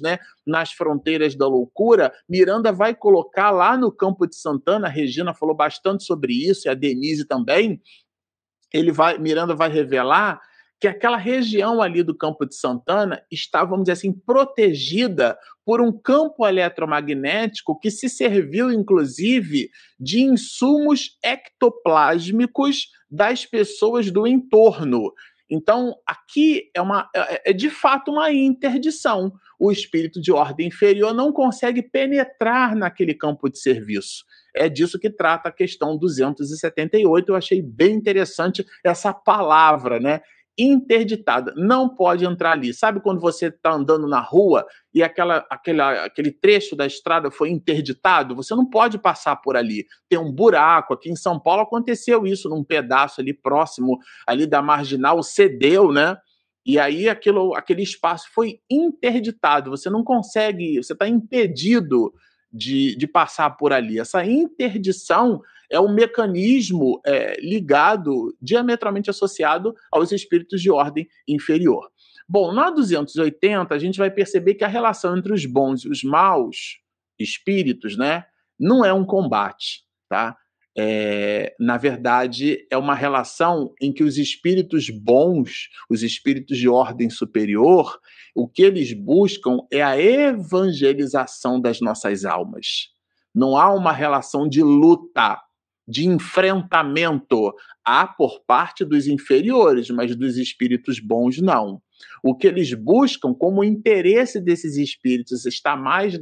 nas fronteiras da loucura, Miranda vai colocar lá no Campo de Santana, a Regina falou bastante sobre isso, e a Denise também, Miranda vai revelar que aquela região ali do Campo de Santana está, vamos dizer assim, protegida por um campo eletromagnético que se serviu, inclusive, de insumos ectoplásmicos das pessoas do entorno. Então, aqui é de fato uma interdição. O espírito de ordem inferior não consegue penetrar naquele campo de serviço. É disso que trata a questão 278. Eu achei bem interessante essa palavra, né? Interditada. Não pode entrar ali. Sabe quando você está andando na rua e aquele trecho da estrada foi interditado? Você não pode passar por ali. Tem um buraco. Aqui em São Paulo aconteceu isso, num pedaço ali próximo ali da Marginal, cedeu, né? E aí aquele espaço foi interditado. Você não consegue, você está impedido de passar por ali. Essa interdição é um mecanismo ligado, diametralmente associado aos espíritos de ordem inferior. Bom, na 280, a gente vai perceber que a relação entre os bons e os maus espíritos, né, não é um combate, tá? Na verdade, é uma relação em que os espíritos bons, os espíritos de ordem superior, o que eles buscam é a evangelização das nossas almas. Não há uma relação de luta, de enfrentamento. Há por parte dos inferiores, mas dos espíritos bons não. O que eles buscam, como o interesse desses espíritos está mais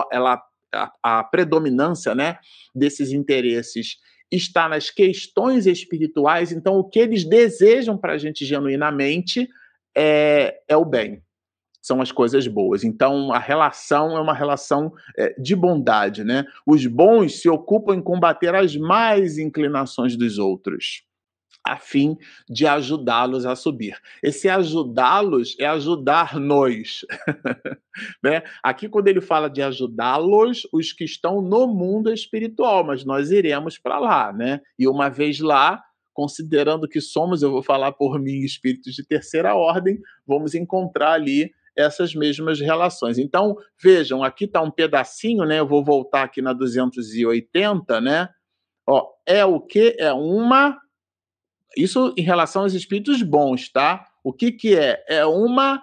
a predominância, né, desses interesses está nas questões espirituais, então o que eles desejam para a gente genuinamente é o bem, são as coisas boas. Então a relação é uma relação de bondade, né? Os bons se ocupam em combater as más inclinações dos outros, a fim de ajudá-los a subir. Esse ajudá-los é ajudar-nos. Né? Aqui, quando ele fala de ajudá-los, os que estão no mundo espiritual, mas nós iremos para lá, né? E uma vez lá, considerando que somos, eu vou falar por mim, espíritos de terceira ordem, vamos encontrar ali essas mesmas relações. Então, vejam, aqui está um pedacinho, né? Eu vou voltar aqui na 280, né? Ó, é o que? É uma... Isso em relação aos espíritos bons, tá? O que é? É uma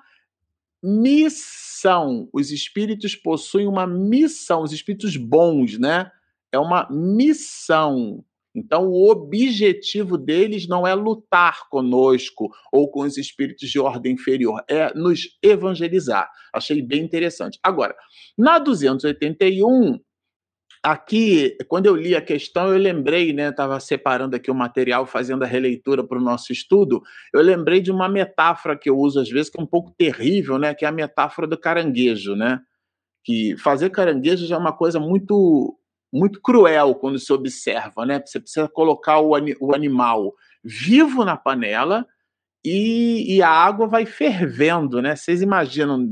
missão. Os espíritos possuem uma missão, os espíritos bons, né? É uma missão. Então, o objetivo deles não é lutar conosco ou com os espíritos de ordem inferior, é nos evangelizar. Achei bem interessante. Agora, na 281, aqui, quando eu li a questão, eu lembrei, né? Estava separando aqui o material, fazendo a releitura para o nosso estudo. Eu lembrei de uma metáfora que eu uso às vezes, que é um pouco terrível, né? Que é a metáfora do caranguejo, né? Que fazer caranguejo já é uma coisa muito, muito cruel quando se observa, né? Você precisa colocar o animal vivo na panela e a água vai fervendo, né? Vocês imaginam,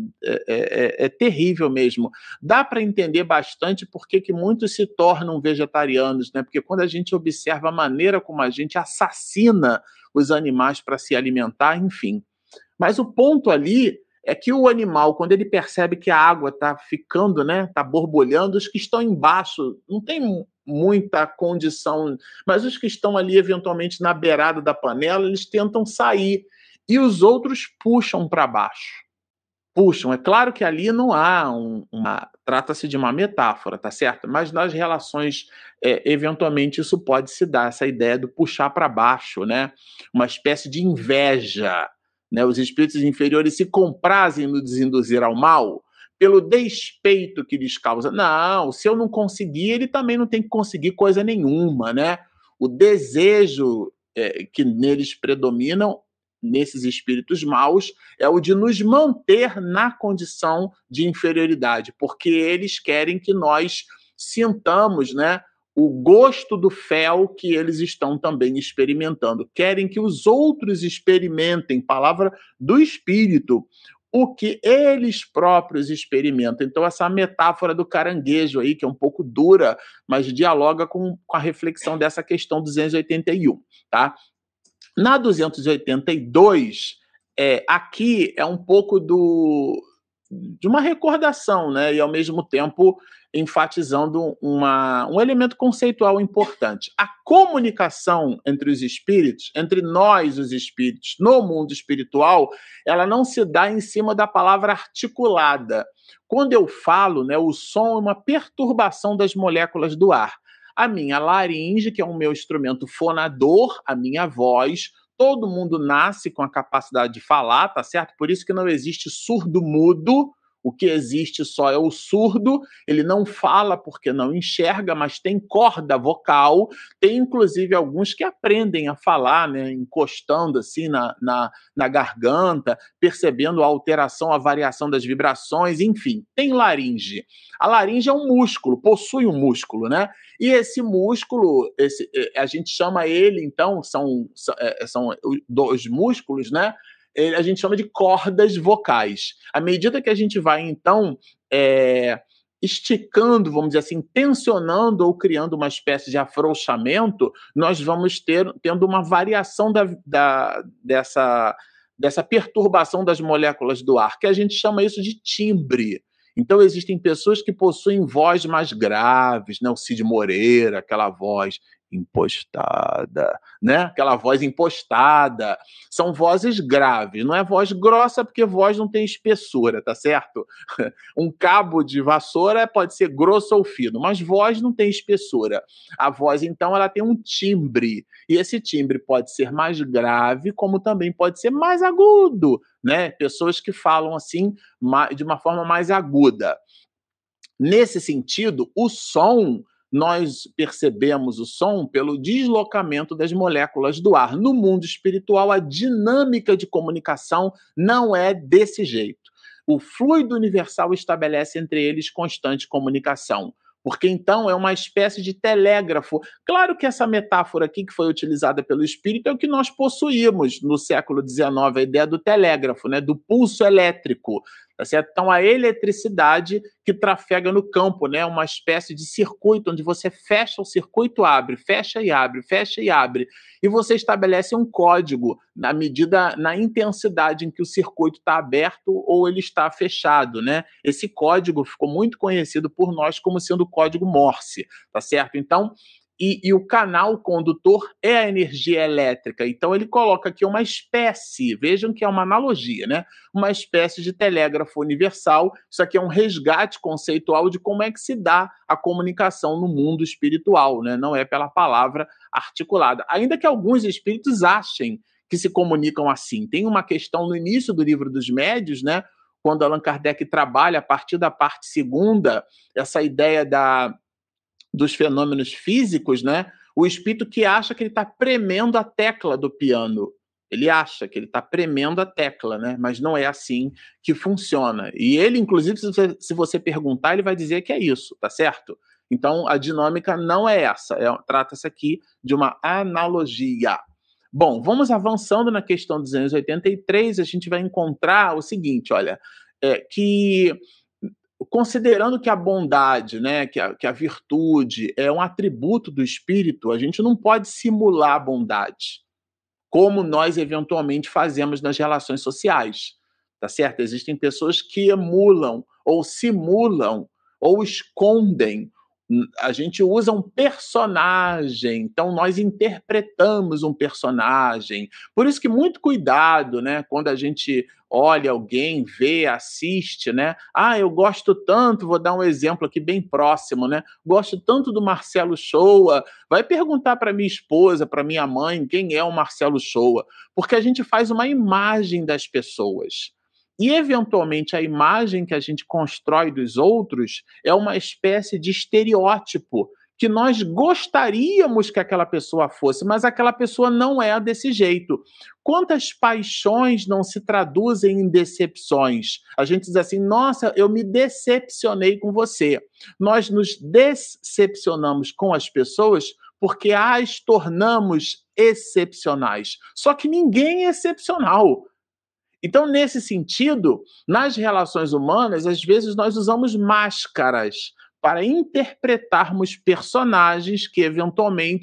é terrível mesmo. Dá para entender bastante por que muitos se tornam vegetarianos, né? Porque quando a gente observa a maneira como a gente assassina os animais para se alimentar, enfim. Mas o ponto ali é que o animal, quando ele percebe que a água está ficando, né? Está borbulhando, os que estão embaixo não tem muita condição, mas os que estão ali eventualmente na beirada da panela, eles tentam sair e os outros puxam para baixo. Puxam. É claro que ali não há trata-se de uma metáfora, tá certo? Mas nas relações, eventualmente isso pode se dar, essa ideia do puxar para baixo, né? Uma espécie de inveja, né? Os espíritos inferiores se comprazem no desinduzir ao mal pelo despeito que lhes causa. Não, se eu não conseguir, ele também não tem que conseguir coisa nenhuma, né? O desejo que neles predominam, nesses espíritos maus, é o de nos manter na condição de inferioridade, porque eles querem que nós sintamos, né, o gosto do fel que eles estão também experimentando. Querem que os outros experimentem, palavra do espírito, o que eles próprios experimentam. Então, essa metáfora do caranguejo aí, que é um pouco dura, mas dialoga com a reflexão dessa questão 281, tá? Na 282, aqui é um pouco de uma recordação, né? E ao mesmo tempo enfatizando um elemento conceitual importante. A comunicação entre os espíritos, entre nós, os espíritos, no mundo espiritual, ela não se dá em cima da palavra articulada. Quando eu falo, né, o som é uma perturbação das moléculas do ar. A minha laringe, que é o meu instrumento fonador, a minha voz, todo mundo nasce com a capacidade de falar, tá certo? Por isso que não existe surdo-mudo. O que existe só é o surdo, ele não fala porque não enxerga, mas tem corda vocal, tem inclusive alguns que aprendem a falar, né, encostando assim na garganta, percebendo a alteração, a variação das vibrações, enfim, tem laringe. A laringe é um músculo, possui um músculo, né? E esse músculo, a gente chama ele, então, são os músculos, né? A gente chama de cordas vocais. À medida que a gente vai, então, esticando, vamos dizer assim, tensionando ou criando uma espécie de afrouxamento, nós vamos tendo uma variação dessa perturbação das moléculas do ar, que a gente chama isso de timbre. Então, existem pessoas que possuem voz mais graves, né? O Cid Moreira, aquela voz impostada, né? Aquela voz impostada. São vozes graves, não é voz grossa, porque voz não tem espessura, tá certo? Um cabo de vassoura pode ser grosso ou fino, mas voz não tem espessura. A voz, então, ela tem um timbre, e esse timbre pode ser mais grave, como também pode ser mais agudo, né? Pessoas que falam assim de uma forma mais aguda. Nesse sentido, o som, nós percebemos o som pelo deslocamento das moléculas do ar. No mundo espiritual, a dinâmica de comunicação não é desse jeito. O fluido universal estabelece entre eles constante comunicação, porque então é uma espécie de telégrafo. Claro que essa metáfora aqui que foi utilizada pelo Espírito é o que nós possuímos no século XIX, a ideia do telégrafo, né, do pulso elétrico. Tá certo? Então, a eletricidade que trafega no campo, né? Uma espécie de circuito onde você fecha o circuito, abre, fecha e abre, fecha e abre. E você estabelece um código na intensidade em que o circuito está aberto ou ele está fechado, né? Esse código ficou muito conhecido por nós como sendo o código Morse, tá certo? Então, e o canal condutor é a energia elétrica. Então, ele coloca aqui uma espécie, vejam que é uma analogia, né? Uma espécie de telégrafo universal. Isso aqui é um resgate conceitual de como é que se dá a comunicação no mundo espiritual, né? Não é pela palavra articulada. Ainda que alguns espíritos achem que se comunicam assim. Tem uma questão no início do Livro dos Médiuns, né? Quando Allan Kardec trabalha a partir da parte segunda, essa ideia dos fenômenos físicos, né? O espírito que acha que ele está premendo a tecla do piano. Ele acha que ele está premendo a tecla, né? Mas não é assim que funciona. E ele, inclusive, se você perguntar, ele vai dizer que é isso, tá certo? Então, a dinâmica não é essa. Trata-se aqui de uma analogia. Bom, vamos avançando na questão 283, a gente vai encontrar o seguinte, olha, que considerando que a bondade, né, que a virtude é um atributo do espírito, a gente não pode simular a bondade, como nós eventualmente fazemos nas relações sociais, tá certo? Existem pessoas que emulam, ou simulam, ou escondem. A gente usa um personagem, então nós interpretamos um personagem. Por isso que muito cuidado, né, quando a gente olha alguém, vê, assiste, né? Ah, eu gosto tanto, vou dar um exemplo aqui bem próximo, né? Gosto tanto do Marcelo Shoa. Vai perguntar para minha esposa, para minha mãe, quem é o Marcelo Shoa, porque a gente faz uma imagem das pessoas. E, eventualmente, a imagem que a gente constrói dos outros é uma espécie de estereótipo que nós gostaríamos que aquela pessoa fosse, mas aquela pessoa não é desse jeito. Quantas paixões não se traduzem em decepções? A gente diz assim, nossa, eu me decepcionei com você. Nós nos decepcionamos com as pessoas porque as tornamos excepcionais. Só que ninguém é excepcional. Então, nesse sentido, nas relações humanas, às vezes nós usamos máscaras para interpretarmos personagens que, eventualmente,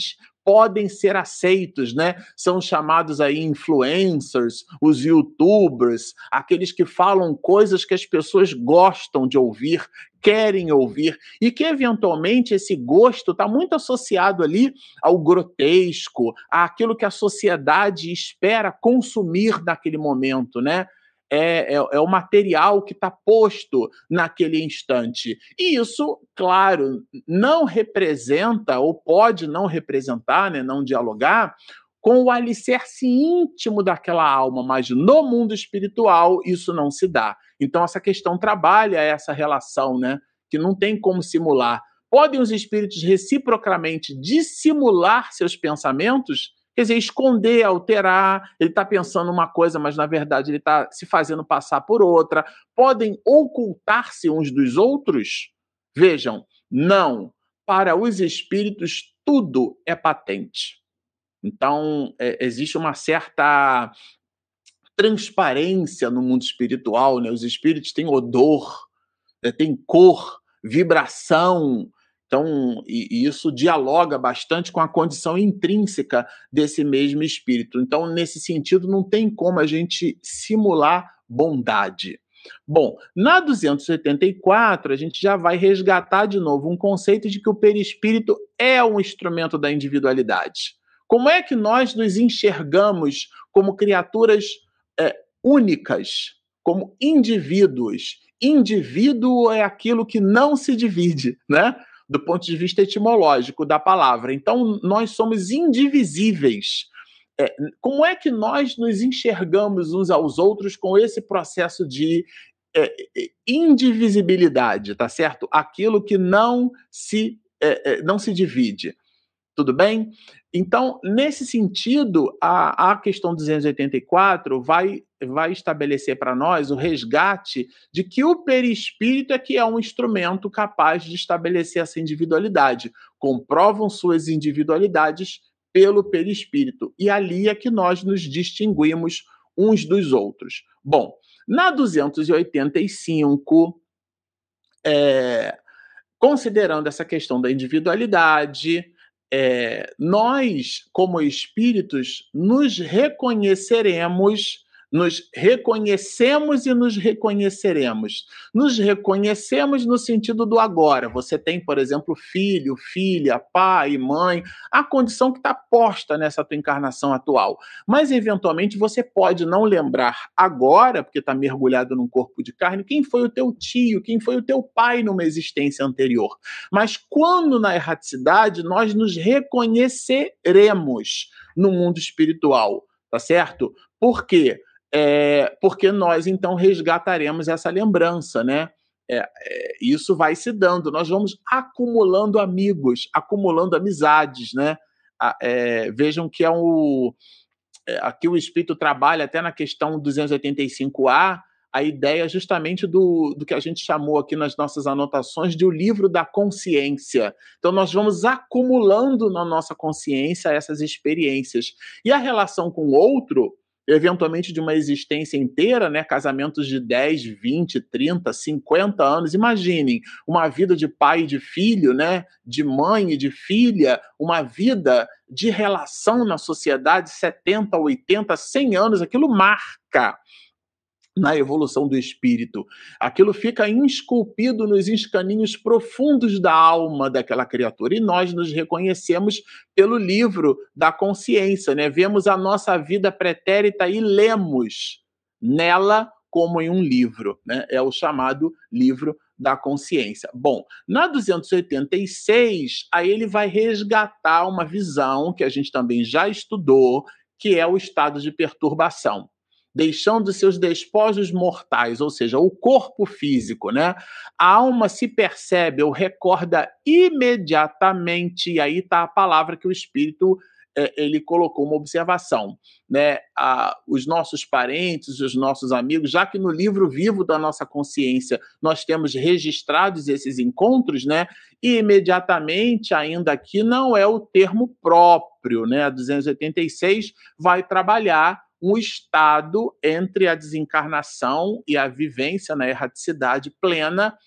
podem ser aceitos, né? São chamados aí influencers, os youtubers, aqueles que falam coisas que as pessoas gostam de ouvir, querem ouvir, e que eventualmente esse gosto está muito associado ali ao grotesco, àquilo que a sociedade espera consumir naquele momento, né? É o material que está posto naquele instante. E isso, claro, não representa, ou pode não representar, né, não dialogar, com o alicerce íntimo daquela alma, mas no mundo espiritual isso não se dá. Então essa questão trabalha essa relação, né, que não tem como simular. Podem os espíritos reciprocamente dissimular seus pensamentos? Quer dizer, esconder, alterar, ele está pensando uma coisa, mas na verdade ele está se fazendo passar por outra. Podem ocultar-se uns dos outros? Vejam, não. Para os espíritos, tudo é patente. Então, existe uma certa transparência no mundo espiritual, né? Os espíritos têm odor, têm cor, vibração. Então, e isso dialoga bastante com a condição intrínseca desse mesmo espírito. Então, nesse sentido, não tem como a gente simular bondade. Bom, na 284, a gente já vai resgatar de novo um conceito de que o perispírito é um instrumento da individualidade. Como é que nós nos enxergamos como criaturas únicas, como indivíduos? Indivíduo é aquilo que não se divide, né? Do ponto de vista etimológico da palavra. Então, nós somos indivisíveis. Como é que nós nos enxergamos uns aos outros com esse processo de indivisibilidade, tá certo? Aquilo que não se divide. Tudo bem? Então, nesse sentido, a questão 284 vai estabelecer para nós o resgate de que o perispírito é que é um instrumento capaz de estabelecer essa individualidade. Comprovam suas individualidades pelo perispírito. E ali é que nós nos distinguimos uns dos outros. Bom, na 285, considerando essa questão da individualidade, nós, como espíritos, nos reconhecemos e nos reconheceremos. Nos reconhecemos no sentido do agora. Você tem, por exemplo, filho, filha, pai, mãe, a condição que está posta nessa tua encarnação atual. Mas, eventualmente, você pode não lembrar agora, porque está mergulhado num corpo de carne, quem foi o teu tio, quem foi o teu pai numa existência anterior. Mas quando na erraticidade, nós nos reconheceremos no mundo espiritual, tá certo? Por quê? Porque nós, então, resgataremos essa lembrança, né? Isso vai se dando, nós vamos acumulando amigos, acumulando amizades, né? Vejam que aqui o Espírito trabalha até na questão 285A, a ideia justamente do que a gente chamou aqui nas nossas anotações de o livro da consciência. Então, nós vamos acumulando na nossa consciência essas experiências. E a relação com o outro, eventualmente de uma existência inteira, né? Casamentos de 10, 20, 30, 50 anos. Imaginem uma vida de pai e de filho, né? De mãe e de filha, uma vida de relação na sociedade, 70, 80, 100 anos, aquilo marca na evolução do espírito. Aquilo fica esculpido nos escaninhos profundos da alma daquela criatura. E nós nos reconhecemos pelo livro da consciência, né? Vemos a nossa vida pretérita e lemos nela como em um livro, né? É o chamado livro da consciência. Bom, na 286, aí ele vai resgatar uma visão que a gente também já estudou, que é o estado de perturbação. Deixando seus despojos mortais, ou seja, o corpo físico, né? A alma se percebe ou recorda imediatamente, e aí está a palavra que o Espírito ele colocou uma observação, né? Os nossos parentes, os nossos amigos, já que no livro vivo da nossa consciência nós temos registrados esses encontros, né? E imediatamente, ainda aqui, não é o termo próprio, né? A 286 vai trabalhar um estado entre a desencarnação e a vivência na erraticidade plena,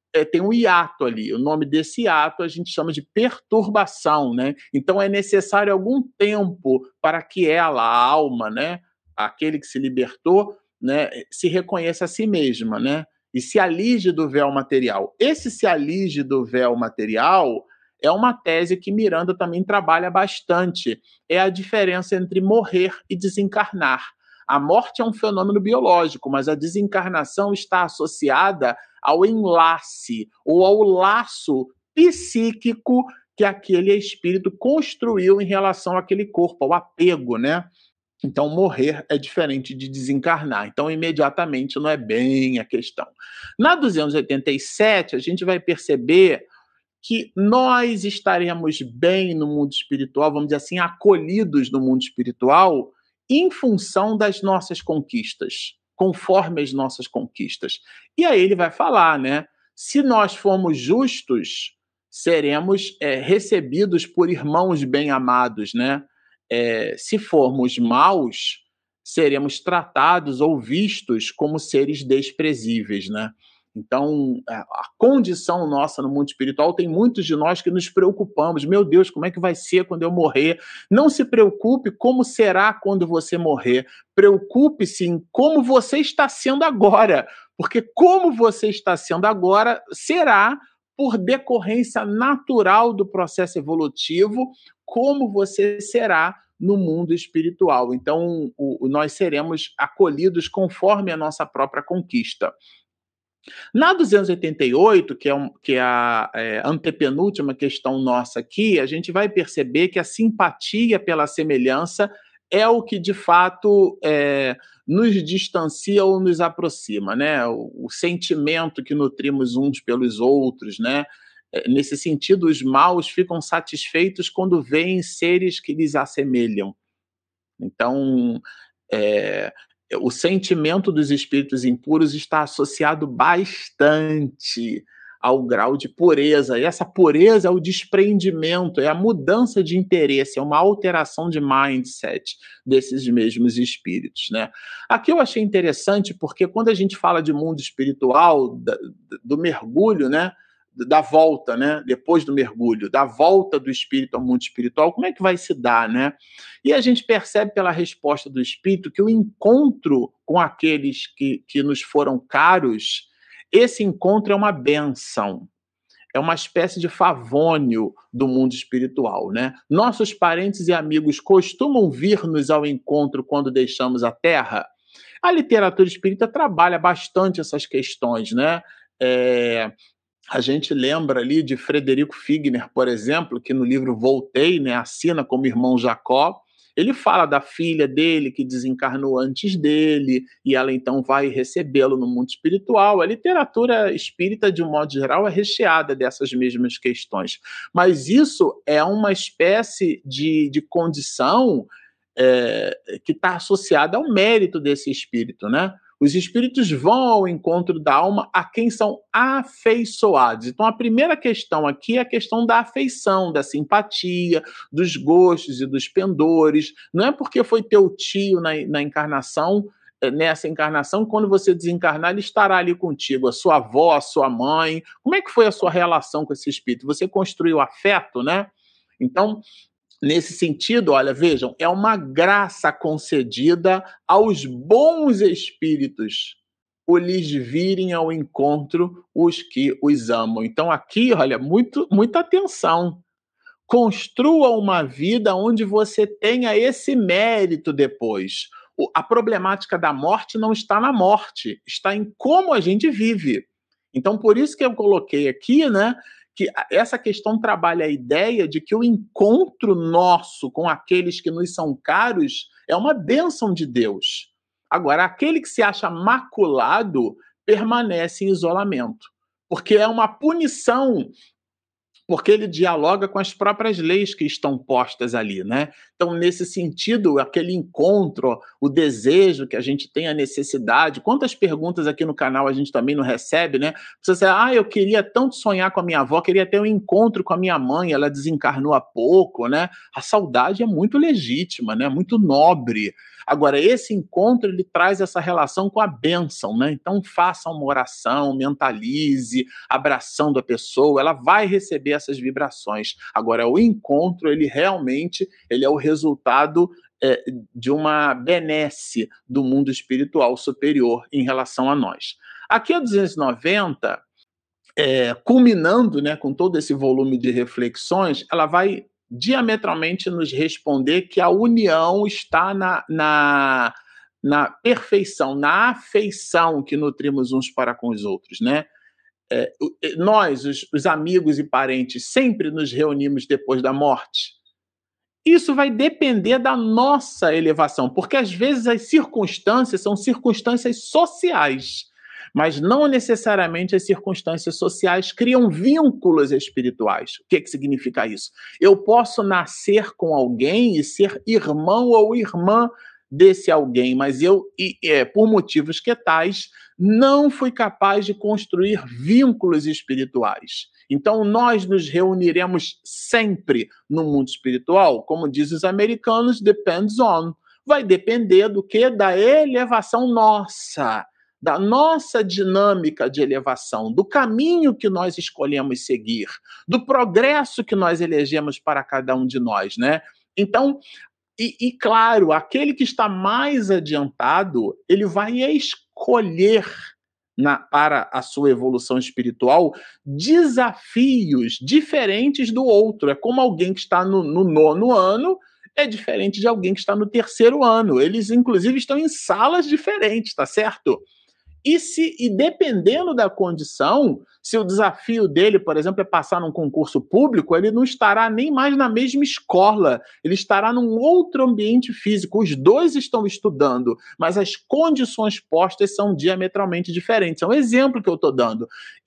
tem um hiato ali. O nome desse hiato a gente chama de perturbação, né? Então é necessário algum tempo para que ela, a alma, né, aquele que se libertou, né, se reconheça a si mesma, né? E se alige do véu material. Esse se alige do véu material é uma tese que Miranda também trabalha bastante. É a diferença entre morrer e desencarnar. A morte é um fenômeno biológico, mas a desencarnação está associada ao enlace ou ao laço psíquico que aquele espírito construiu em relação àquele corpo, ao apego, né? Então, morrer é diferente de desencarnar. Então, imediatamente, não é bem a questão. Na 287, a gente vai perceber que nós estaremos bem no mundo espiritual, vamos dizer assim, acolhidos no mundo espiritual, em função das nossas conquistas, conforme as nossas conquistas. E aí ele vai falar, né? Se nós formos justos, seremos recebidos por irmãos bem-amados, né? Se formos maus, seremos tratados ou vistos como seres desprezíveis, né? Então, a condição nossa no mundo espiritual, tem muitos de nós que nos preocupamos. Meu Deus, como é que vai ser quando eu morrer? Não se preocupe como será quando você morrer. Preocupe-se em como você está sendo agora. Porque como você está sendo agora será por decorrência natural do processo evolutivo, como você será no mundo espiritual. Então, nós seremos acolhidos conforme a nossa própria conquista. Na 288, que é a antepenúltima questão nossa aqui, a gente vai perceber que a simpatia pela semelhança é o que, de fato, nos distancia ou nos aproxima, né? O sentimento que nutrimos uns pelos outros, né? Nesse sentido, os maus ficam satisfeitos quando veem seres que lhes assemelham. Então, o sentimento dos espíritos impuros está associado bastante ao grau de pureza. E essa pureza é o desprendimento, é a mudança de interesse, é uma alteração de mindset desses mesmos espíritos, né? Aqui eu achei interessante porque quando a gente fala de mundo espiritual, do mergulho, né? Da volta, né? Depois do mergulho, da volta do espírito ao mundo espiritual, como é que vai se dar, né? E a gente percebe pela resposta do espírito que o encontro com aqueles que nos foram caros, esse encontro é uma bênção, é uma espécie de favônio do mundo espiritual, né? Nossos parentes e amigos costumam vir-nos ao encontro quando deixamos a Terra. A literatura espírita trabalha bastante essas questões, né? A gente lembra ali de Frederico Figner, por exemplo, que no livro Voltei, né, assina como irmão Jacó. Ele fala da filha dele que desencarnou antes dele e ela então vai recebê-lo no mundo espiritual. A literatura espírita, de um modo geral, é recheada dessas mesmas questões. Mas isso é uma espécie de condição que está associada ao mérito desse espírito, né? Os espíritos vão ao encontro da alma a quem são afeiçoados. Então, a primeira questão aqui é a questão da afeição, da simpatia, dos gostos e dos pendores. Não é porque foi teu tio na encarnação, nessa encarnação, quando você desencarnar, ele estará ali contigo, a sua avó, a sua mãe. Como é que foi a sua relação com esse espírito? Você construiu afeto, né? Então, nesse sentido, olha, vejam, é uma graça concedida aos bons espíritos por lhes virem ao encontro os que os amam. Então aqui, olha, muita atenção. Construa uma vida onde você tenha esse mérito depois. A problemática da morte não está na morte, está em como a gente vive. Então, por isso que eu coloquei aqui, né, que essa questão trabalha a ideia de que o encontro nosso com aqueles que nos são caros é uma bênção de Deus. Agora, aquele que se acha maculado permanece em isolamento, porque é uma punição, porque ele dialoga com as próprias leis que estão postas ali, né? Então, nesse sentido, aquele encontro, o desejo que a gente tem, a necessidade, quantas perguntas aqui no canal a gente também não recebe, né? Você diz, eu queria tanto sonhar com a minha avó, queria ter um encontro com a minha mãe, ela desencarnou há pouco, né? A saudade é muito legítima, né? Muito nobre. Agora, esse encontro, ele traz essa relação com a bênção, né? Então, faça uma oração, mentalize, abraçando a pessoa, ela vai receber essas vibrações. Agora, o encontro, ele realmente, ele é o resultado de uma benesse do mundo espiritual superior em relação a nós. Aqui a 290, culminando, né, com todo esse volume de reflexões, ela vai diametralmente nos responder que a união está na perfeição, na afeição que nutrimos uns para com os outros, né? Nós, os amigos e parentes, sempre nos reunimos depois da morte. Isso vai depender da nossa elevação, porque às vezes as circunstâncias são circunstâncias sociais, mas não necessariamente as circunstâncias sociais criam vínculos espirituais. O que significa isso? Eu posso nascer com alguém e ser irmão ou irmã desse alguém, mas eu, por motivos que tais, não fui capaz de construir vínculos espirituais. Então, nós nos reuniremos sempre no mundo espiritual, como dizem os americanos, depends on. Vai depender do quê? Da elevação nossa, da nossa dinâmica de elevação, do caminho que nós escolhemos seguir, do progresso que nós elegemos para cada um de nós, né? Então, claro, aquele que está mais adiantado, ele vai escolher para a sua evolução espiritual desafios diferentes do outro. É como alguém que está no 9º ano é diferente de alguém que está no 3º ano. Eles, inclusive, estão em salas diferentes, tá certo? E dependendo da condição, se o desafio dele, por exemplo, é passar num concurso público, ele não estará nem mais na mesma escola, ele estará num outro ambiente físico. Os dois estão estudando, mas as condições postas são diametralmente diferentes. É um exemplo que eu estou dando.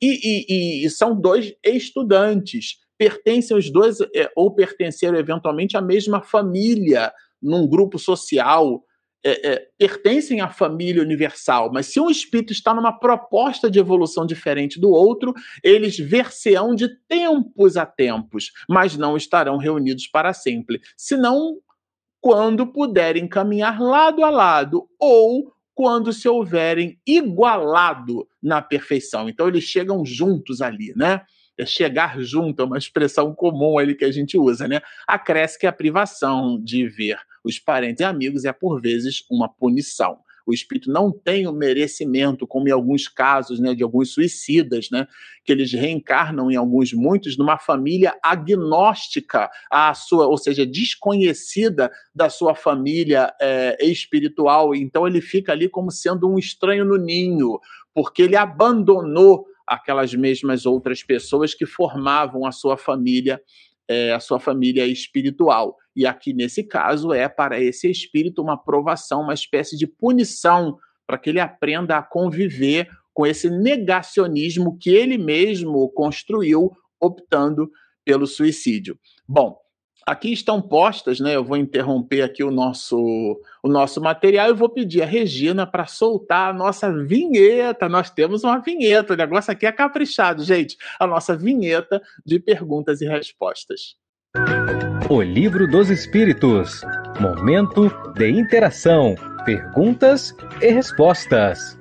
E são dois estudantes, pertencem os dois, ou pertenceram eventualmente à mesma família, num grupo social, pertencem à família universal, mas se um espírito está numa proposta de evolução diferente do outro, eles ver-se-ão de tempos a tempos, mas não estarão reunidos para sempre, senão quando puderem caminhar lado a lado ou quando se houverem igualado na perfeição. Então eles chegam juntos ali, né? Chegar junto é uma expressão comum ali que a gente usa, né? Acresce que a privação de ver os parentes e amigos é, por vezes, uma punição. O espírito não tem o merecimento, como em alguns casos, né, de alguns suicidas, né, que eles reencarnam muitos, numa família agnóstica à sua, ou seja, desconhecida da sua família espiritual. Então ele fica ali como sendo um estranho no ninho, porque ele abandonou aquelas mesmas outras pessoas que formavam a sua família espiritual. E aqui, nesse caso, é para esse espírito uma provação, uma espécie de punição, para que ele aprenda a conviver com esse negacionismo que ele mesmo construiu, optando pelo suicídio. Bom, aqui estão postas, né? Eu vou interromper aqui o nosso material e vou pedir a Regina para soltar a nossa vinheta. Nós temos uma vinheta, o negócio aqui é caprichado, gente. A nossa vinheta de perguntas e respostas. O Livro dos Espíritos. Momento de interação, perguntas e respostas.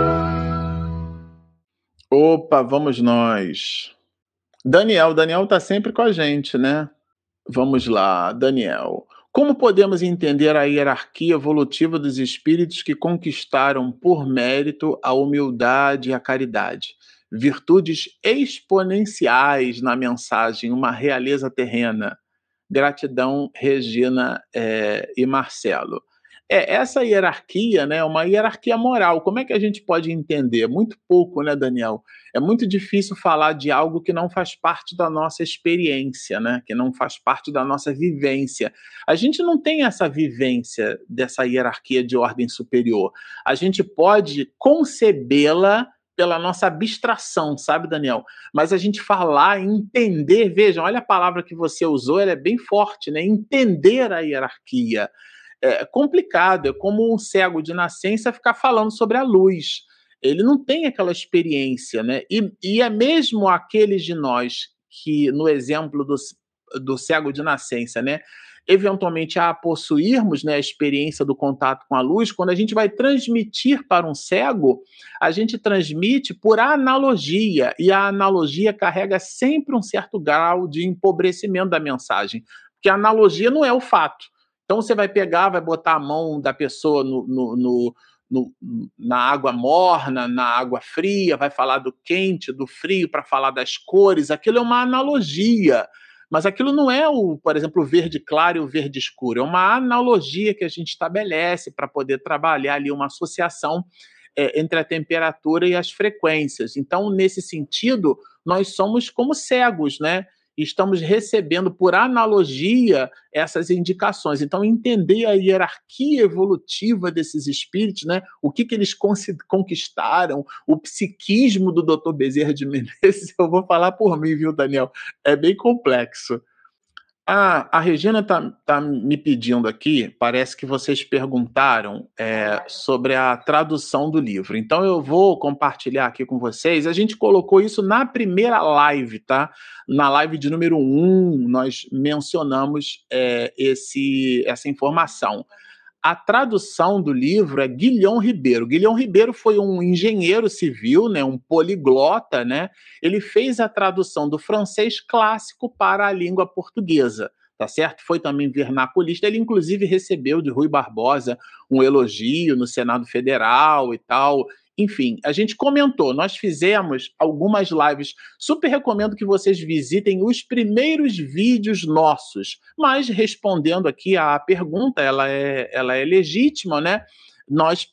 Opa, vamos nós. Daniel está sempre com a gente, né? Vamos lá, Daniel. Como podemos entender a hierarquia evolutiva dos espíritos que conquistaram por mérito a humildade e a caridade? Virtudes exponenciais na mensagem, uma realeza terrena. Gratidão, Regina e Marcelo. Essa hierarquia, né, é uma hierarquia moral. Como é que a gente pode entender? Muito pouco, né, Daniel? É muito difícil falar de algo que não faz parte da nossa experiência, né? Que não faz parte da nossa vivência. A gente não tem essa vivência dessa hierarquia de ordem superior. A gente pode concebê-la pela nossa abstração, sabe, Daniel? Mas a gente falar, entender, vejam, olha a palavra que você usou, ela é bem forte, né? Entender a hierarquia. É complicado, é como um cego de nascença ficar falando sobre a luz. Ele não tem aquela experiência, né? E é mesmo aqueles de nós que, no exemplo do cego de nascença, né? eventualmente a possuirmos, né, a experiência do contato com a luz, quando a gente vai transmitir para um cego, a gente transmite por analogia, e a analogia carrega sempre um certo grau de empobrecimento da mensagem, porque a analogia não é o fato. Então você vai pegar, vai botar a mão da pessoa no, na água morna, na água fria, vai falar do quente, do frio, para falar das cores, aquilo é uma analogia. Mas aquilo não é, por exemplo, o verde claro e o verde escuro, é uma analogia que a gente estabelece para poder trabalhar ali uma associação entre a temperatura e as frequências. Então, nesse sentido, nós somos como cegos, né? Estamos recebendo por analogia essas indicações. Então, entender a hierarquia evolutiva desses espíritos, né? O que eles conquistaram, o psiquismo do Dr. Bezerra de Menezes, eu vou falar por mim, viu, Daniel? É bem complexo. A Regina tá me pedindo aqui, parece que vocês perguntaram sobre a tradução do livro. Então eu vou compartilhar aqui com vocês. A gente colocou isso na primeira live, tá? Na live de número 1, nós mencionamos essa informação. A tradução do livro é Guilhom Ribeiro. Guilhom Ribeiro foi um engenheiro civil, né, um poliglota, né? Ele fez a tradução do francês clássico para a língua portuguesa, tá certo? Foi também vernaculista. Ele, inclusive, recebeu de Rui Barbosa um elogio no Senado Federal e tal. Enfim, a gente comentou, nós fizemos algumas lives. Super recomendo que vocês visitem os primeiros vídeos nossos. Mas respondendo aqui à pergunta, ela é legítima, né? Nós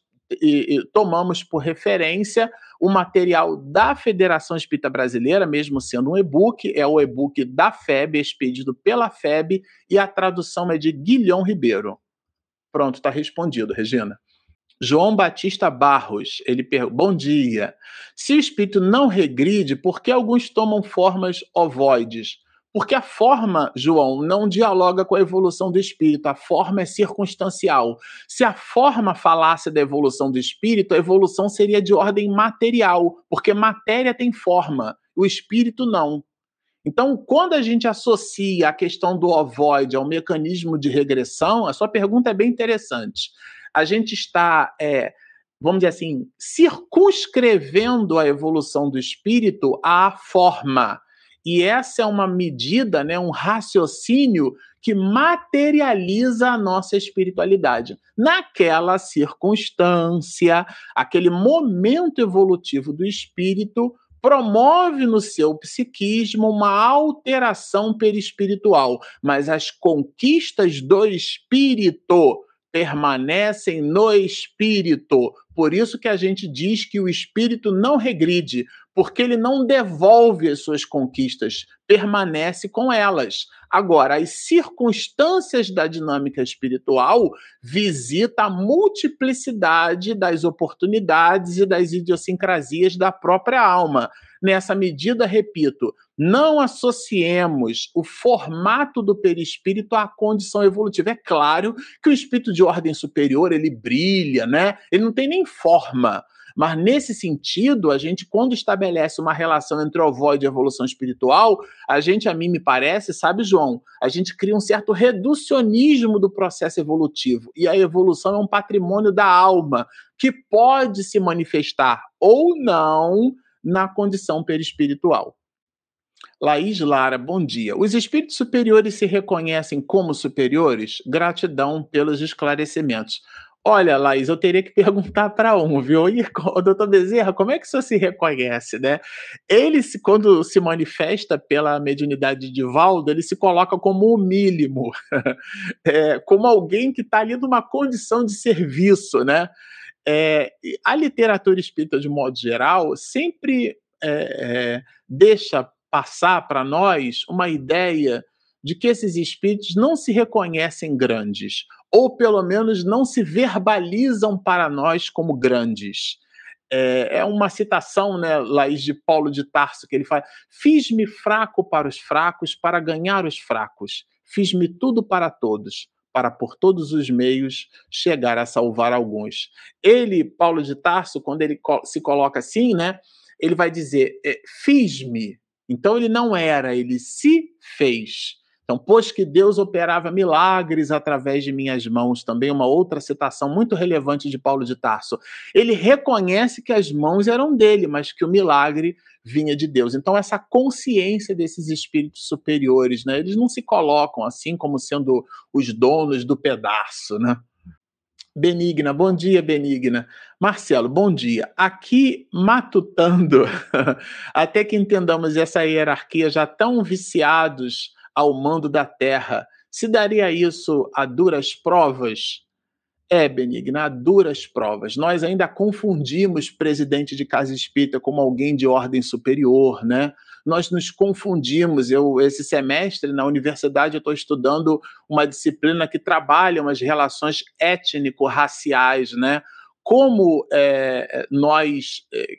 tomamos por referência o material da Federação Espírita Brasileira, mesmo sendo um e-book, é o e-book da FEB, expedido pela FEB, e a tradução é de Guilhom Ribeiro. Pronto, está respondido, Regina. João Batista Barros, ele pergunta, bom dia, se o espírito não regride, por que alguns tomam formas ovoides? Porque a forma, João, não dialoga com a evolução do espírito, a forma é circunstancial. Se a forma falasse da evolução do espírito, a evolução seria de ordem material, porque matéria tem forma, o espírito não. Então, quando a gente associa a questão do ovoide ao mecanismo de regressão, a sua pergunta é bem interessante. A gente está, vamos dizer assim, circunscrevendo a evolução do espírito à forma. E essa é uma medida, né, um raciocínio que materializa a nossa espiritualidade. Naquela circunstância, aquele momento evolutivo do espírito promove no seu psiquismo uma alteração perispiritual, mas as conquistas do espírito permanecem no espírito. Por isso que a gente diz que o espírito não regride, porque ele não devolve as suas conquistas, permanece com elas. Agora, as circunstâncias da dinâmica espiritual visita a multiplicidade das oportunidades e das idiosincrasias da própria alma. Nessa medida, repito, não associemos o formato do perispírito à condição evolutiva. É claro que o espírito de ordem superior, ele brilha, né? Ele não tem nem forma. Mas, nesse sentido, a gente, quando estabelece uma relação entre ovoide e evolução espiritual, a mim me parece, sabe, João, a gente cria um certo reducionismo do processo evolutivo. E a evolução é um patrimônio da alma, que pode se manifestar ou não na condição perispiritual. Laís Lara, bom dia. Os espíritos superiores se reconhecem como superiores? Gratidão pelos esclarecimentos. Olha, Laís, eu teria que perguntar para viu? E, doutor Bezerra, como é que o senhor se reconhece, né? Ele, quando se manifesta pela mediunidade de Divaldo, ele se coloca como humílimo, como alguém que está ali numa condição de serviço, né? A literatura espírita, de modo geral, sempre deixa passar para nós uma ideia de que esses espíritos não se reconhecem grandes, ou pelo menos não se verbalizam para nós como grandes. É uma citação, né, Laís, de Paulo de Tarso, que ele fala: fiz-me fraco para os fracos, para ganhar os fracos. Fiz-me tudo para todos, para por todos os meios chegar a salvar alguns. Ele, Paulo de Tarso, quando ele se coloca assim, né, ele vai dizer, fiz-me. Então ele não era, ele se fez. Então, pois que Deus operava milagres através de minhas mãos, também uma outra citação muito relevante de Paulo de Tarso. Ele reconhece que as mãos eram dele, mas que o milagre vinha de Deus. Então, essa consciência desses espíritos superiores, né, eles não se colocam assim como sendo os donos do pedaço, né? Benigna, bom dia, Benigna. Marcelo, bom dia. Aqui, matutando, até que entendamos essa hierarquia já tão viciados ao mando da terra, se daria isso a duras provas? É, Benigna, há duras provas. Nós ainda confundimos presidente de casa espírita como alguém de ordem superior, né? Nós nos confundimos. Esse semestre, na universidade, eu estou estudando uma disciplina que trabalha as relações étnico-raciais, né? Como nós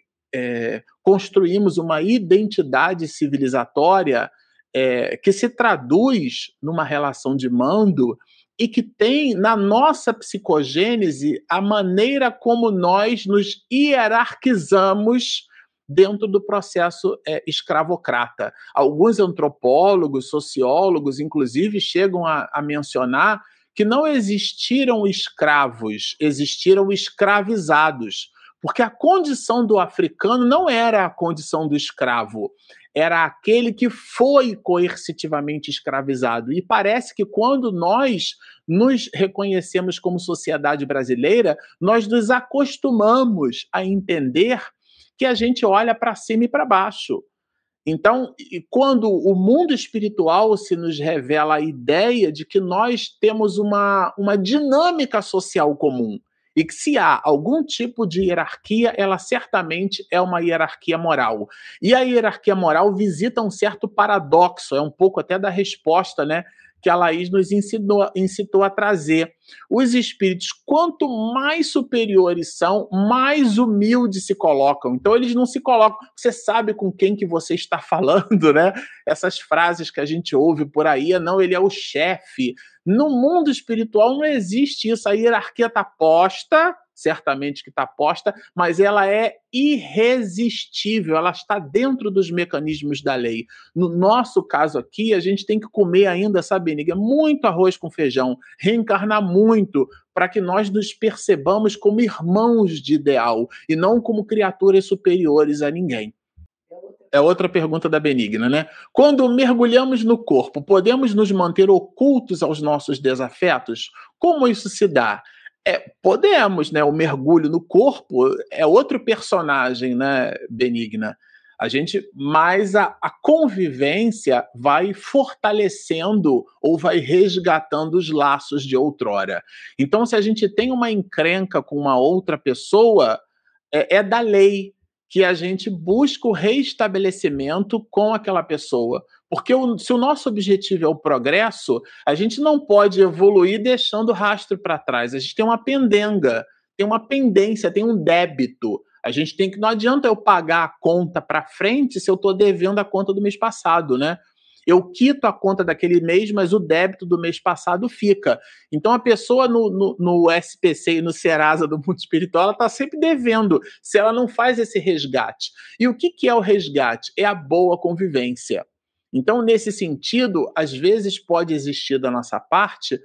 construímos uma identidade civilizatória que se traduz numa relação de mando e que tem na nossa psicogênese a maneira como nós nos hierarquizamos dentro do processo escravocrata. Alguns antropólogos, sociólogos, inclusive, chegam a mencionar que não existiram escravos, existiram escravizados, porque a condição do africano não era a condição do escravo, era aquele que foi coercitivamente escravizado. E parece que quando nós nos reconhecemos como sociedade brasileira, nós nos acostumamos a entender que a gente olha para cima e para baixo. Então, quando o mundo espiritual se nos revela a ideia de que nós temos uma dinâmica social comum, e que se há algum tipo de hierarquia, ela certamente é uma hierarquia moral. E a hierarquia moral visita um certo paradoxo, é um pouco até da resposta, né, que a Laís nos incitou a trazer. Os espíritos, quanto mais superiores são, mais humildes se colocam. Então, eles não se colocam... Você sabe com quem que você está falando, né? Essas frases que a gente ouve por aí, não, ele é o chefe. No mundo espiritual não existe isso. A hierarquia está posta, certamente que está posta, mas ela é irresistível, ela está dentro dos mecanismos da lei. No nosso caso aqui, a gente tem que comer ainda, sabe, Benigna, muito arroz com feijão, reencarnar muito, para que nós nos percebamos como irmãos de ideal e não como criaturas superiores a ninguém. É outra pergunta da Benigna, né? Quando mergulhamos no corpo, podemos nos manter ocultos aos nossos desafetos? Como isso se dá? Podemos, né? O mergulho no corpo é outro personagem, né, Benigna? Mas a convivência vai fortalecendo ou vai resgatando os laços de outrora. Então, se a gente tem uma encrenca com uma outra pessoa, é da lei que a gente busca o reestabelecimento com aquela pessoa. Porque se o nosso objetivo é o progresso, a gente não pode evoluir deixando rastro para trás. A gente tem uma pendenga, tem uma pendência, tem um débito. A gente tem que... Não adianta eu pagar a conta para frente se eu estou devendo a conta do mês passado, né? Eu quito a conta daquele mês, mas o débito do mês passado fica. Então, a pessoa no SPC e no Serasa do mundo espiritual, ela está sempre devendo, se ela não faz esse resgate. E o que é o resgate? É a boa convivência. Então, nesse sentido, às vezes pode existir da nossa parte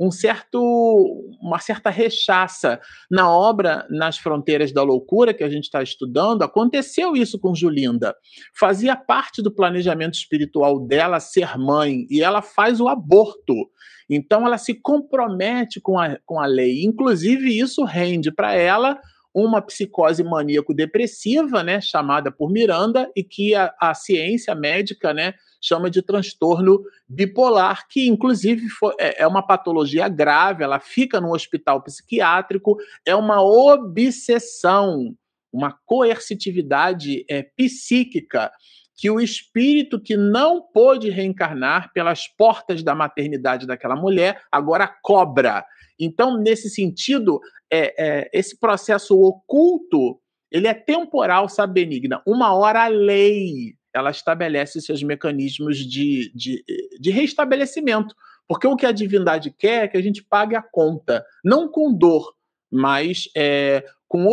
uma certa rechaça. Na obra Nas Fronteiras da Loucura, que a gente está estudando, aconteceu isso com Julinda. Fazia parte do planejamento espiritual dela ser mãe, e ela faz o aborto. Então, ela se compromete com a lei. Inclusive, isso rende para ela uma psicose maníaco-depressiva, né, chamada por Miranda, e que a ciência médica, né, chama de transtorno bipolar, que inclusive é uma patologia grave, ela fica num hospital psiquiátrico, é uma obsessão, uma coercitividade psíquica, que o espírito que não pôde reencarnar pelas portas da maternidade daquela mulher, agora cobra. Então, nesse sentido, esse processo oculto, ele é temporal, sabe, Benigna? Uma hora a lei, ela estabelece seus mecanismos de reestabelecimento. Porque o que a divindade quer é que a gente pague a conta, não com dor, mas com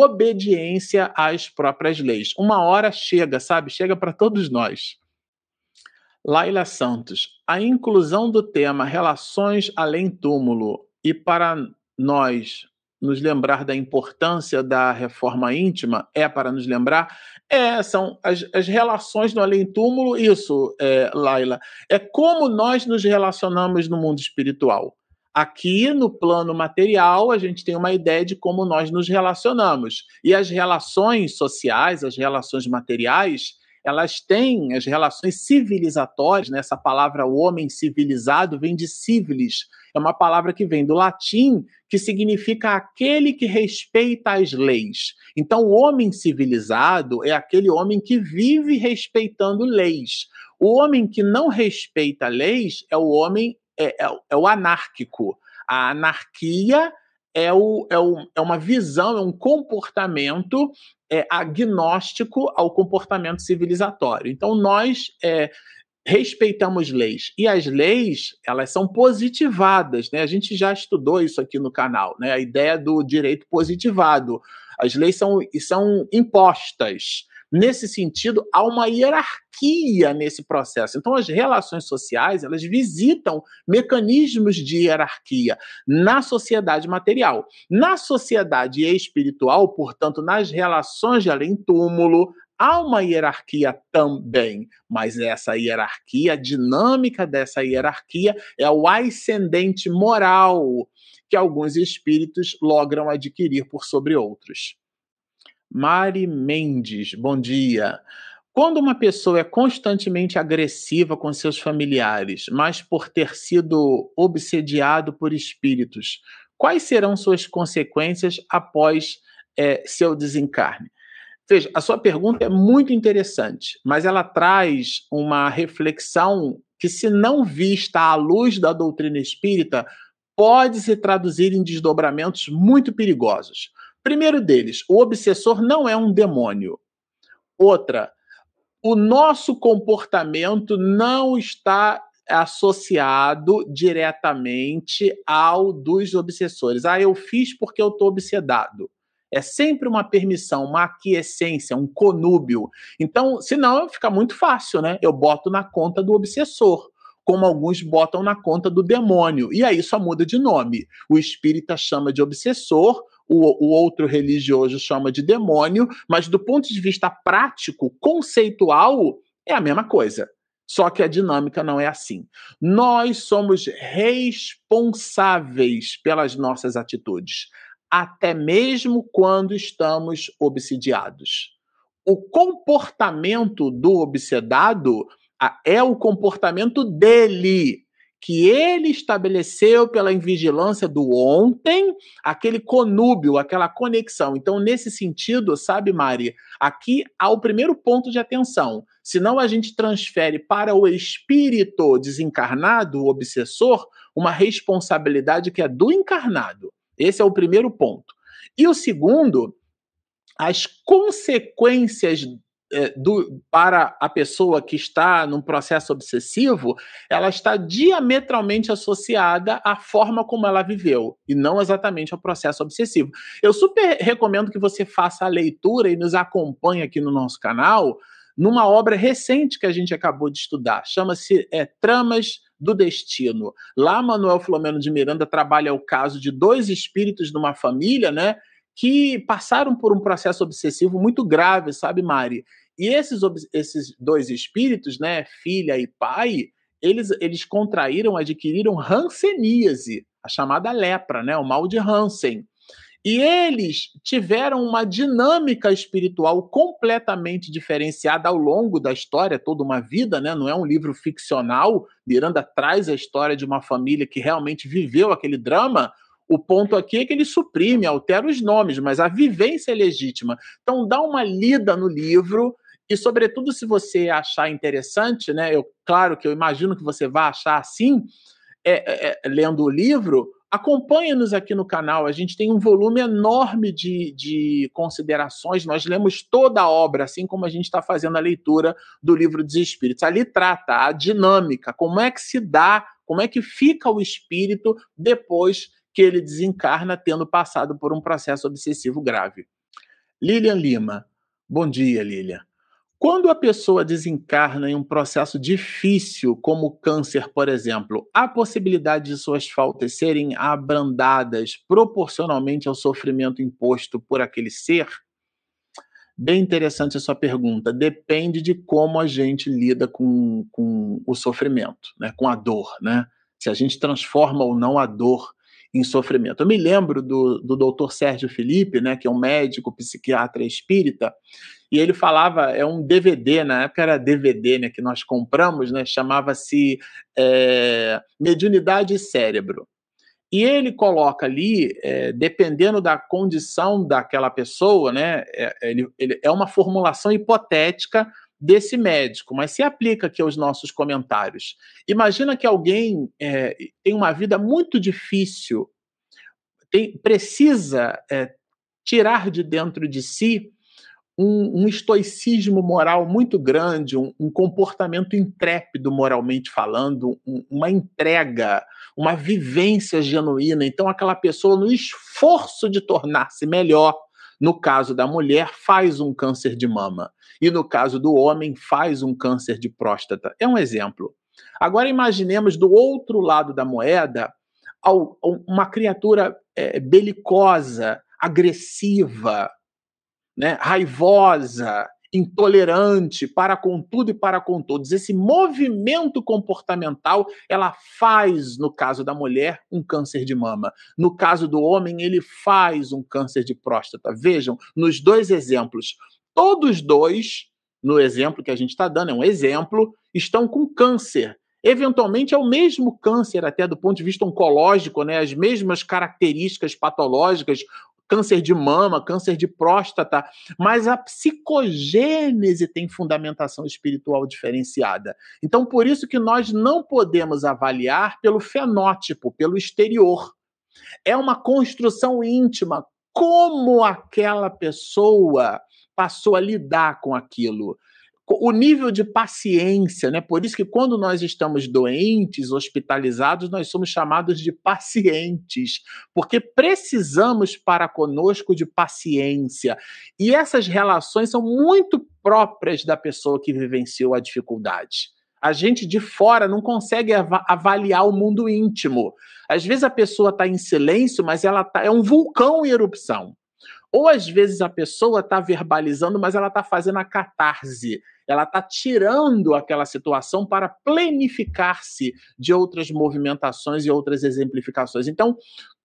obediência às próprias leis. Uma hora chega, sabe? Chega para todos nós. Laila Santos, a inclusão do tema relações além túmulo e para nós nos lembrar da importância da reforma íntima, é para nos lembrar? São as relações no além túmulo, isso, Laila, é como nós nos relacionamos no mundo espiritual. Aqui no plano material, a gente tem uma ideia de como nós nos relacionamos. E as relações sociais, as relações materiais, elas têm as relações civilizatórias, né? Essa palavra o homem civilizado vem de civilis, é uma palavra que vem do latim, que significa aquele que respeita as leis. Então, o homem civilizado é aquele homem que vive respeitando leis. O homem que não respeita leis é o homem, é o anárquico. A anarquia é uma visão, é um comportamento agnóstico ao comportamento civilizatório. Então, nós respeitamos leis. E as leis, elas são positivadas, né? A gente já estudou isso aqui no canal, né? A ideia do direito positivado. As leis são impostas. Nesse sentido, há uma hierarquia nesse processo. Então, as relações sociais, elas visitam mecanismos de hierarquia na sociedade material. Na sociedade espiritual, portanto, nas relações de além-túmulo, há uma hierarquia também, mas essa hierarquia, a dinâmica dessa hierarquia é o ascendente moral que alguns espíritos logram adquirir por sobre outros. Mari Mendes, bom dia. Quando uma pessoa é constantemente agressiva com seus familiares, mas por ter sido obsediado por espíritos, quais serão suas consequências após seu desencarne? Veja, a sua pergunta é muito interessante, mas ela traz uma reflexão que, se não vista à luz da doutrina espírita, pode se traduzir em desdobramentos muito perigosos. Primeiro deles, o obsessor não é um demônio. Outra, o nosso comportamento não está associado diretamente ao dos obsessores. Eu fiz porque eu estou obsedado. É sempre uma permissão, uma aquiescência, um conúbio. Então, senão fica muito fácil, né? Eu boto na conta do obsessor, como alguns botam na conta do demônio. E aí só muda de nome. O espírita chama de obsessor, o outro religioso chama de demônio, mas do ponto de vista prático, conceitual, é a mesma coisa. Só que a dinâmica não é assim. Nós somos responsáveis pelas nossas atitudes, até mesmo quando estamos obsidiados. O comportamento do obsedado é o comportamento dele, que ele estabeleceu pela invigilância do ontem, aquele conúbio, aquela conexão. Então, nesse sentido, sabe, Mari, aqui há o primeiro ponto de atenção. Senão a gente transfere para o espírito desencarnado, o obsessor, uma responsabilidade que é do encarnado. Esse é o primeiro ponto. E o segundo, as consequências para a pessoa que está num processo obsessivo, ela está diametralmente associada à forma como ela viveu, e não exatamente ao processo obsessivo. Eu super recomendo que você faça a leitura e nos acompanhe aqui no nosso canal, numa obra recente que a gente acabou de estudar, chama-se Tramas do Destino. Lá, Manuel Filomeno de Miranda trabalha o caso de dois espíritos numa família, né, que passaram por um processo obsessivo muito grave, sabe, Mari? E esses dois espíritos, né, filha e pai, eles adquiriram hanseníase, a chamada lepra, né, o mal de Hansen. E eles tiveram uma dinâmica espiritual completamente diferenciada ao longo da história, toda uma vida, né? Não é um livro ficcional. Miranda traz a história de uma família que realmente viveu aquele drama. O ponto aqui é que ele suprime, altera os nomes, mas a vivência é legítima. Então, dá uma lida no livro e, sobretudo, se você achar interessante, né? Claro que eu imagino que você vai achar assim, lendo o livro, acompanhe-nos aqui no canal. A gente tem um volume enorme de considerações. Nós lemos toda a obra, assim como a gente está fazendo a leitura do Livro dos Espíritos. Ali trata a dinâmica, como é que se dá, como é que fica o espírito depois que ele desencarna, tendo passado por um processo obsessivo grave. Lilian Lima. Bom dia, Lilian. Quando a pessoa desencarna em um processo difícil, como o câncer, por exemplo, há possibilidade de suas faltas serem abrandadas proporcionalmente ao sofrimento imposto por aquele ser? Bem interessante a sua pergunta. Depende de como a gente lida com o sofrimento, né? Com a dor, né? Se a gente transforma ou não a dor em sofrimento. Eu me lembro do Dr. Sérgio Felipe, né, que é um médico psiquiatra espírita, e ele falava, é um DVD, na época era DVD, né, que nós compramos, né, chamava-se Mediunidade e Cérebro. E ele coloca ali, dependendo da condição daquela pessoa, né, ele é uma formulação hipotética desse médico, mas se aplica aqui aos nossos comentários. Imagina que alguém tem uma vida muito difícil, precisa tirar de dentro de si um estoicismo moral muito grande, um comportamento intrépido moralmente falando, uma entrega, uma vivência genuína. Então, aquela pessoa, no esforço de tornar-se melhor, no caso da mulher, faz um câncer de mama. E no caso do homem, faz um câncer de próstata. É um exemplo. Agora, imaginemos do outro lado da moeda uma criatura belicosa, agressiva, né, raivosa, intolerante para com tudo e para com todos. Esse movimento comportamental, ela faz, no caso da mulher, um câncer de mama. No caso do homem, ele faz um câncer de próstata. Vejam, nos dois exemplos, todos dois, no exemplo que a gente está dando, é um exemplo, estão com câncer. Eventualmente é o mesmo câncer, até do ponto de vista oncológico, né? As mesmas características patológicas, câncer de mama, câncer de próstata, mas a psicogênese tem fundamentação espiritual diferenciada. Então, por isso que nós não podemos avaliar pelo fenótipo, pelo exterior. É uma construção íntima. Como aquela pessoa passou a lidar com aquilo? O nível de paciência, né? Por isso que quando nós estamos doentes, hospitalizados, nós somos chamados de pacientes, porque precisamos para conosco de paciência. E essas relações são muito próprias da pessoa que vivenciou a dificuldade. A gente de fora não consegue avaliar o mundo íntimo. Às vezes a pessoa está em silêncio, mas ela é um vulcão em erupção. Ou às vezes a pessoa está verbalizando, mas ela está fazendo a catarse. Ela está tirando aquela situação para plenificar-se de outras movimentações e outras exemplificações. Então,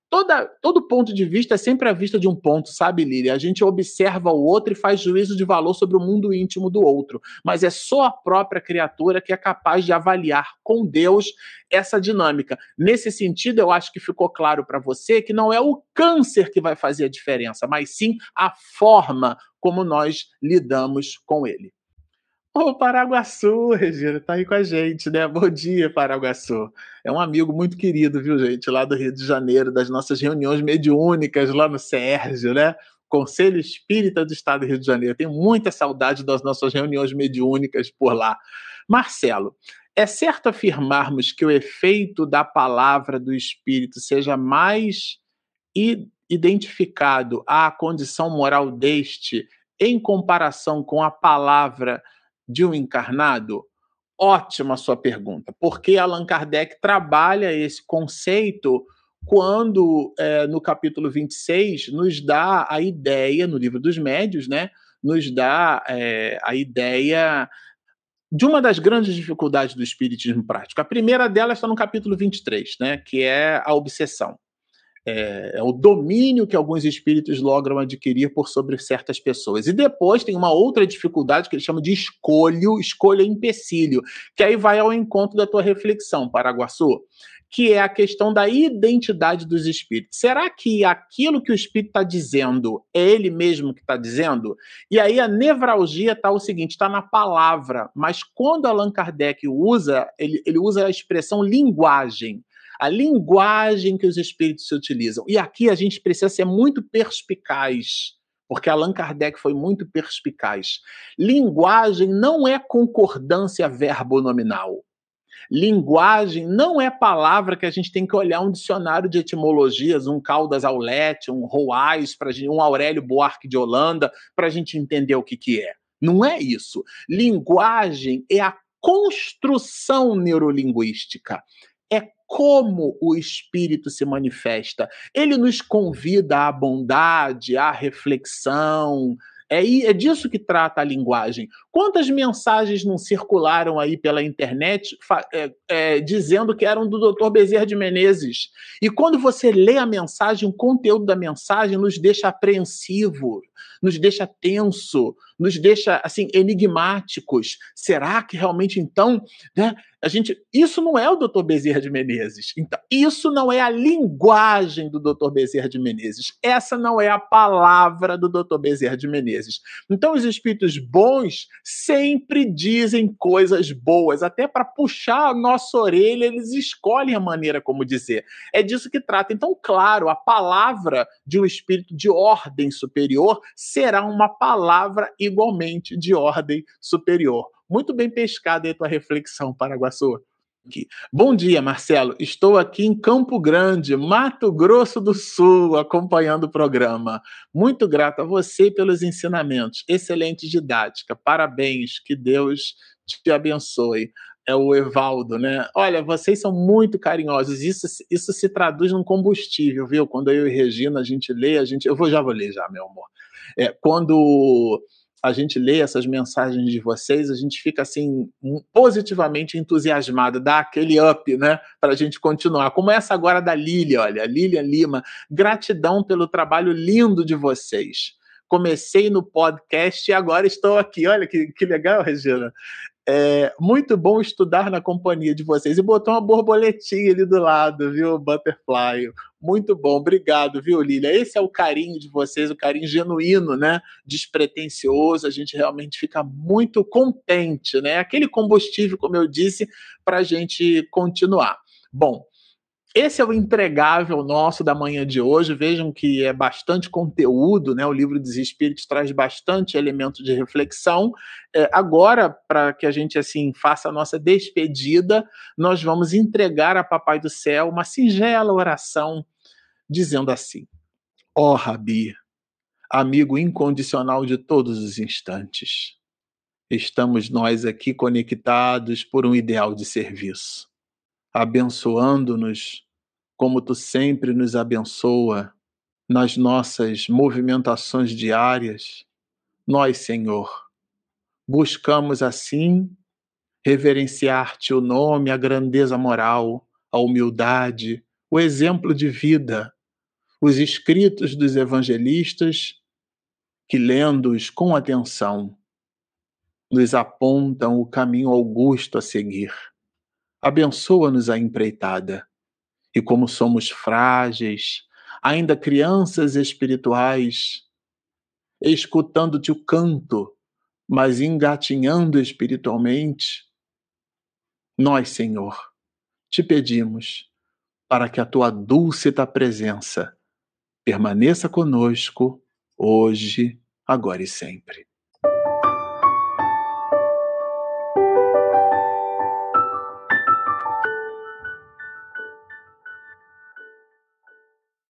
todo ponto de vista é sempre a vista de um ponto, sabe, Lília? A gente observa o outro e faz juízo de valor sobre o mundo íntimo do outro. Mas é só a própria criatura que é capaz de avaliar com Deus essa dinâmica. Nesse sentido, eu acho que ficou claro para você que não é o câncer que vai fazer a diferença, mas sim a forma como nós lidamos com ele. Ô, Paraguaçu, Regina, tá aí com a gente, né? Bom dia, Paraguaçu. É um amigo muito querido, viu, gente? Lá do Rio de Janeiro, das nossas reuniões mediúnicas lá no Sérgio, né? Conselho Espírita do Estado do Rio de Janeiro. Tenho muita saudade das nossas reuniões mediúnicas por lá. Marcelo, é certo afirmarmos que o efeito da palavra do Espírito seja mais identificado à condição moral deste em comparação com a palavra de um encarnado? Ótima a sua pergunta, porque Allan Kardec trabalha esse conceito quando, no capítulo 26, nos dá a ideia, no livro dos médios, né, nos dá a ideia de uma das grandes dificuldades do espiritismo prático. A primeira delas está no capítulo 23, né, que é a obsessão. É o domínio que alguns espíritos logram adquirir por sobre certas pessoas. E depois tem uma outra dificuldade que eles chamam de escolha empecilho, que aí vai ao encontro da tua reflexão, Paraguaçu, que é a questão da identidade dos espíritos. Será que aquilo que o espírito está dizendo é ele mesmo que está dizendo? E aí a nevralgia está o seguinte, está na palavra, mas quando Allan Kardec usa, ele usa a expressão linguagem. A linguagem que os espíritos se utilizam. E aqui a gente precisa ser muito perspicaz, porque Allan Kardec foi muito perspicaz. Linguagem não é concordância verbo-nominal. Linguagem não é palavra que a gente tem que olhar um dicionário de etimologias, um Caldas Aulete, um Roais, um Aurélio Buarque de Holanda, para a gente entender o que é. Não é isso. Linguagem é a construção neurolinguística. É como o espírito se manifesta. Ele nos convida à bondade, à reflexão. É disso que trata a linguagem. Quantas mensagens não circularam aí pela internet dizendo que eram do Dr. Bezerra de Menezes? E quando você lê a mensagem, o conteúdo da mensagem nos deixa apreensivo, nos deixa tenso, nos deixa assim enigmáticos. Será que realmente então, né? Isso não é o Dr. Bezerra de Menezes. Então, isso não é a linguagem do Dr. Bezerra de Menezes. Essa não é a palavra do Dr. Bezerra de Menezes. Então, os espíritos bons sempre dizem coisas boas, até para puxar a nossa orelha, eles escolhem a maneira como dizer. É disso que trata. Então, claro, a palavra de um espírito de ordem superior será uma palavra igualmente de ordem superior. Muito bem pescada aí a tua reflexão, Paraguaçu. Bom dia, Marcelo. Estou aqui em Campo Grande, Mato Grosso do Sul, acompanhando o programa. Muito grato a você pelos ensinamentos. Excelente didática. Parabéns. Que Deus te abençoe. É o Evaldo, né? Olha, vocês são muito carinhosos. Isso se traduz num combustível, viu? Quando eu e Regina, a gente lê, já vou ler já, meu amor. Quando a gente lê essas mensagens de vocês, a gente fica assim positivamente entusiasmado, dá aquele up, né, para a gente continuar. Como essa agora da Lília, olha, Lília Lima, gratidão pelo trabalho lindo de vocês. Comecei no podcast e agora estou aqui. Olha que legal, Regina. Muito bom estudar na companhia de vocês. E botou uma borboletinha ali do lado, viu, Butterfly? Muito bom, obrigado, viu, Lília? Esse é o carinho de vocês, o carinho genuíno, né? Despretensioso, a gente realmente fica muito contente, né? Aquele combustível, como eu disse, para a gente continuar. Bom, esse é o entregável nosso da manhã de hoje. Vejam que é bastante conteúdo, né? O Livro dos Espíritos traz bastante elemento de reflexão. Agora, para que a gente assim faça a nossa despedida, nós vamos entregar a Papai do Céu uma singela oração, dizendo assim: ó Rabi, amigo incondicional de todos os instantes, estamos nós aqui conectados por um ideal de serviço, abençoando-nos como tu sempre nos abençoa nas nossas movimentações diárias. Nós, Senhor, buscamos assim reverenciar-te o nome, a grandeza moral, a humildade, o exemplo de vida, os escritos dos evangelistas que, lendo-os com atenção, nos apontam o caminho augusto a seguir. Abençoa-nos a empreitada. E como somos frágeis, ainda crianças espirituais, escutando-te o canto, mas engatinhando espiritualmente, nós, Senhor, te pedimos para que a tua dúlcita presença permaneça conosco hoje, agora e sempre.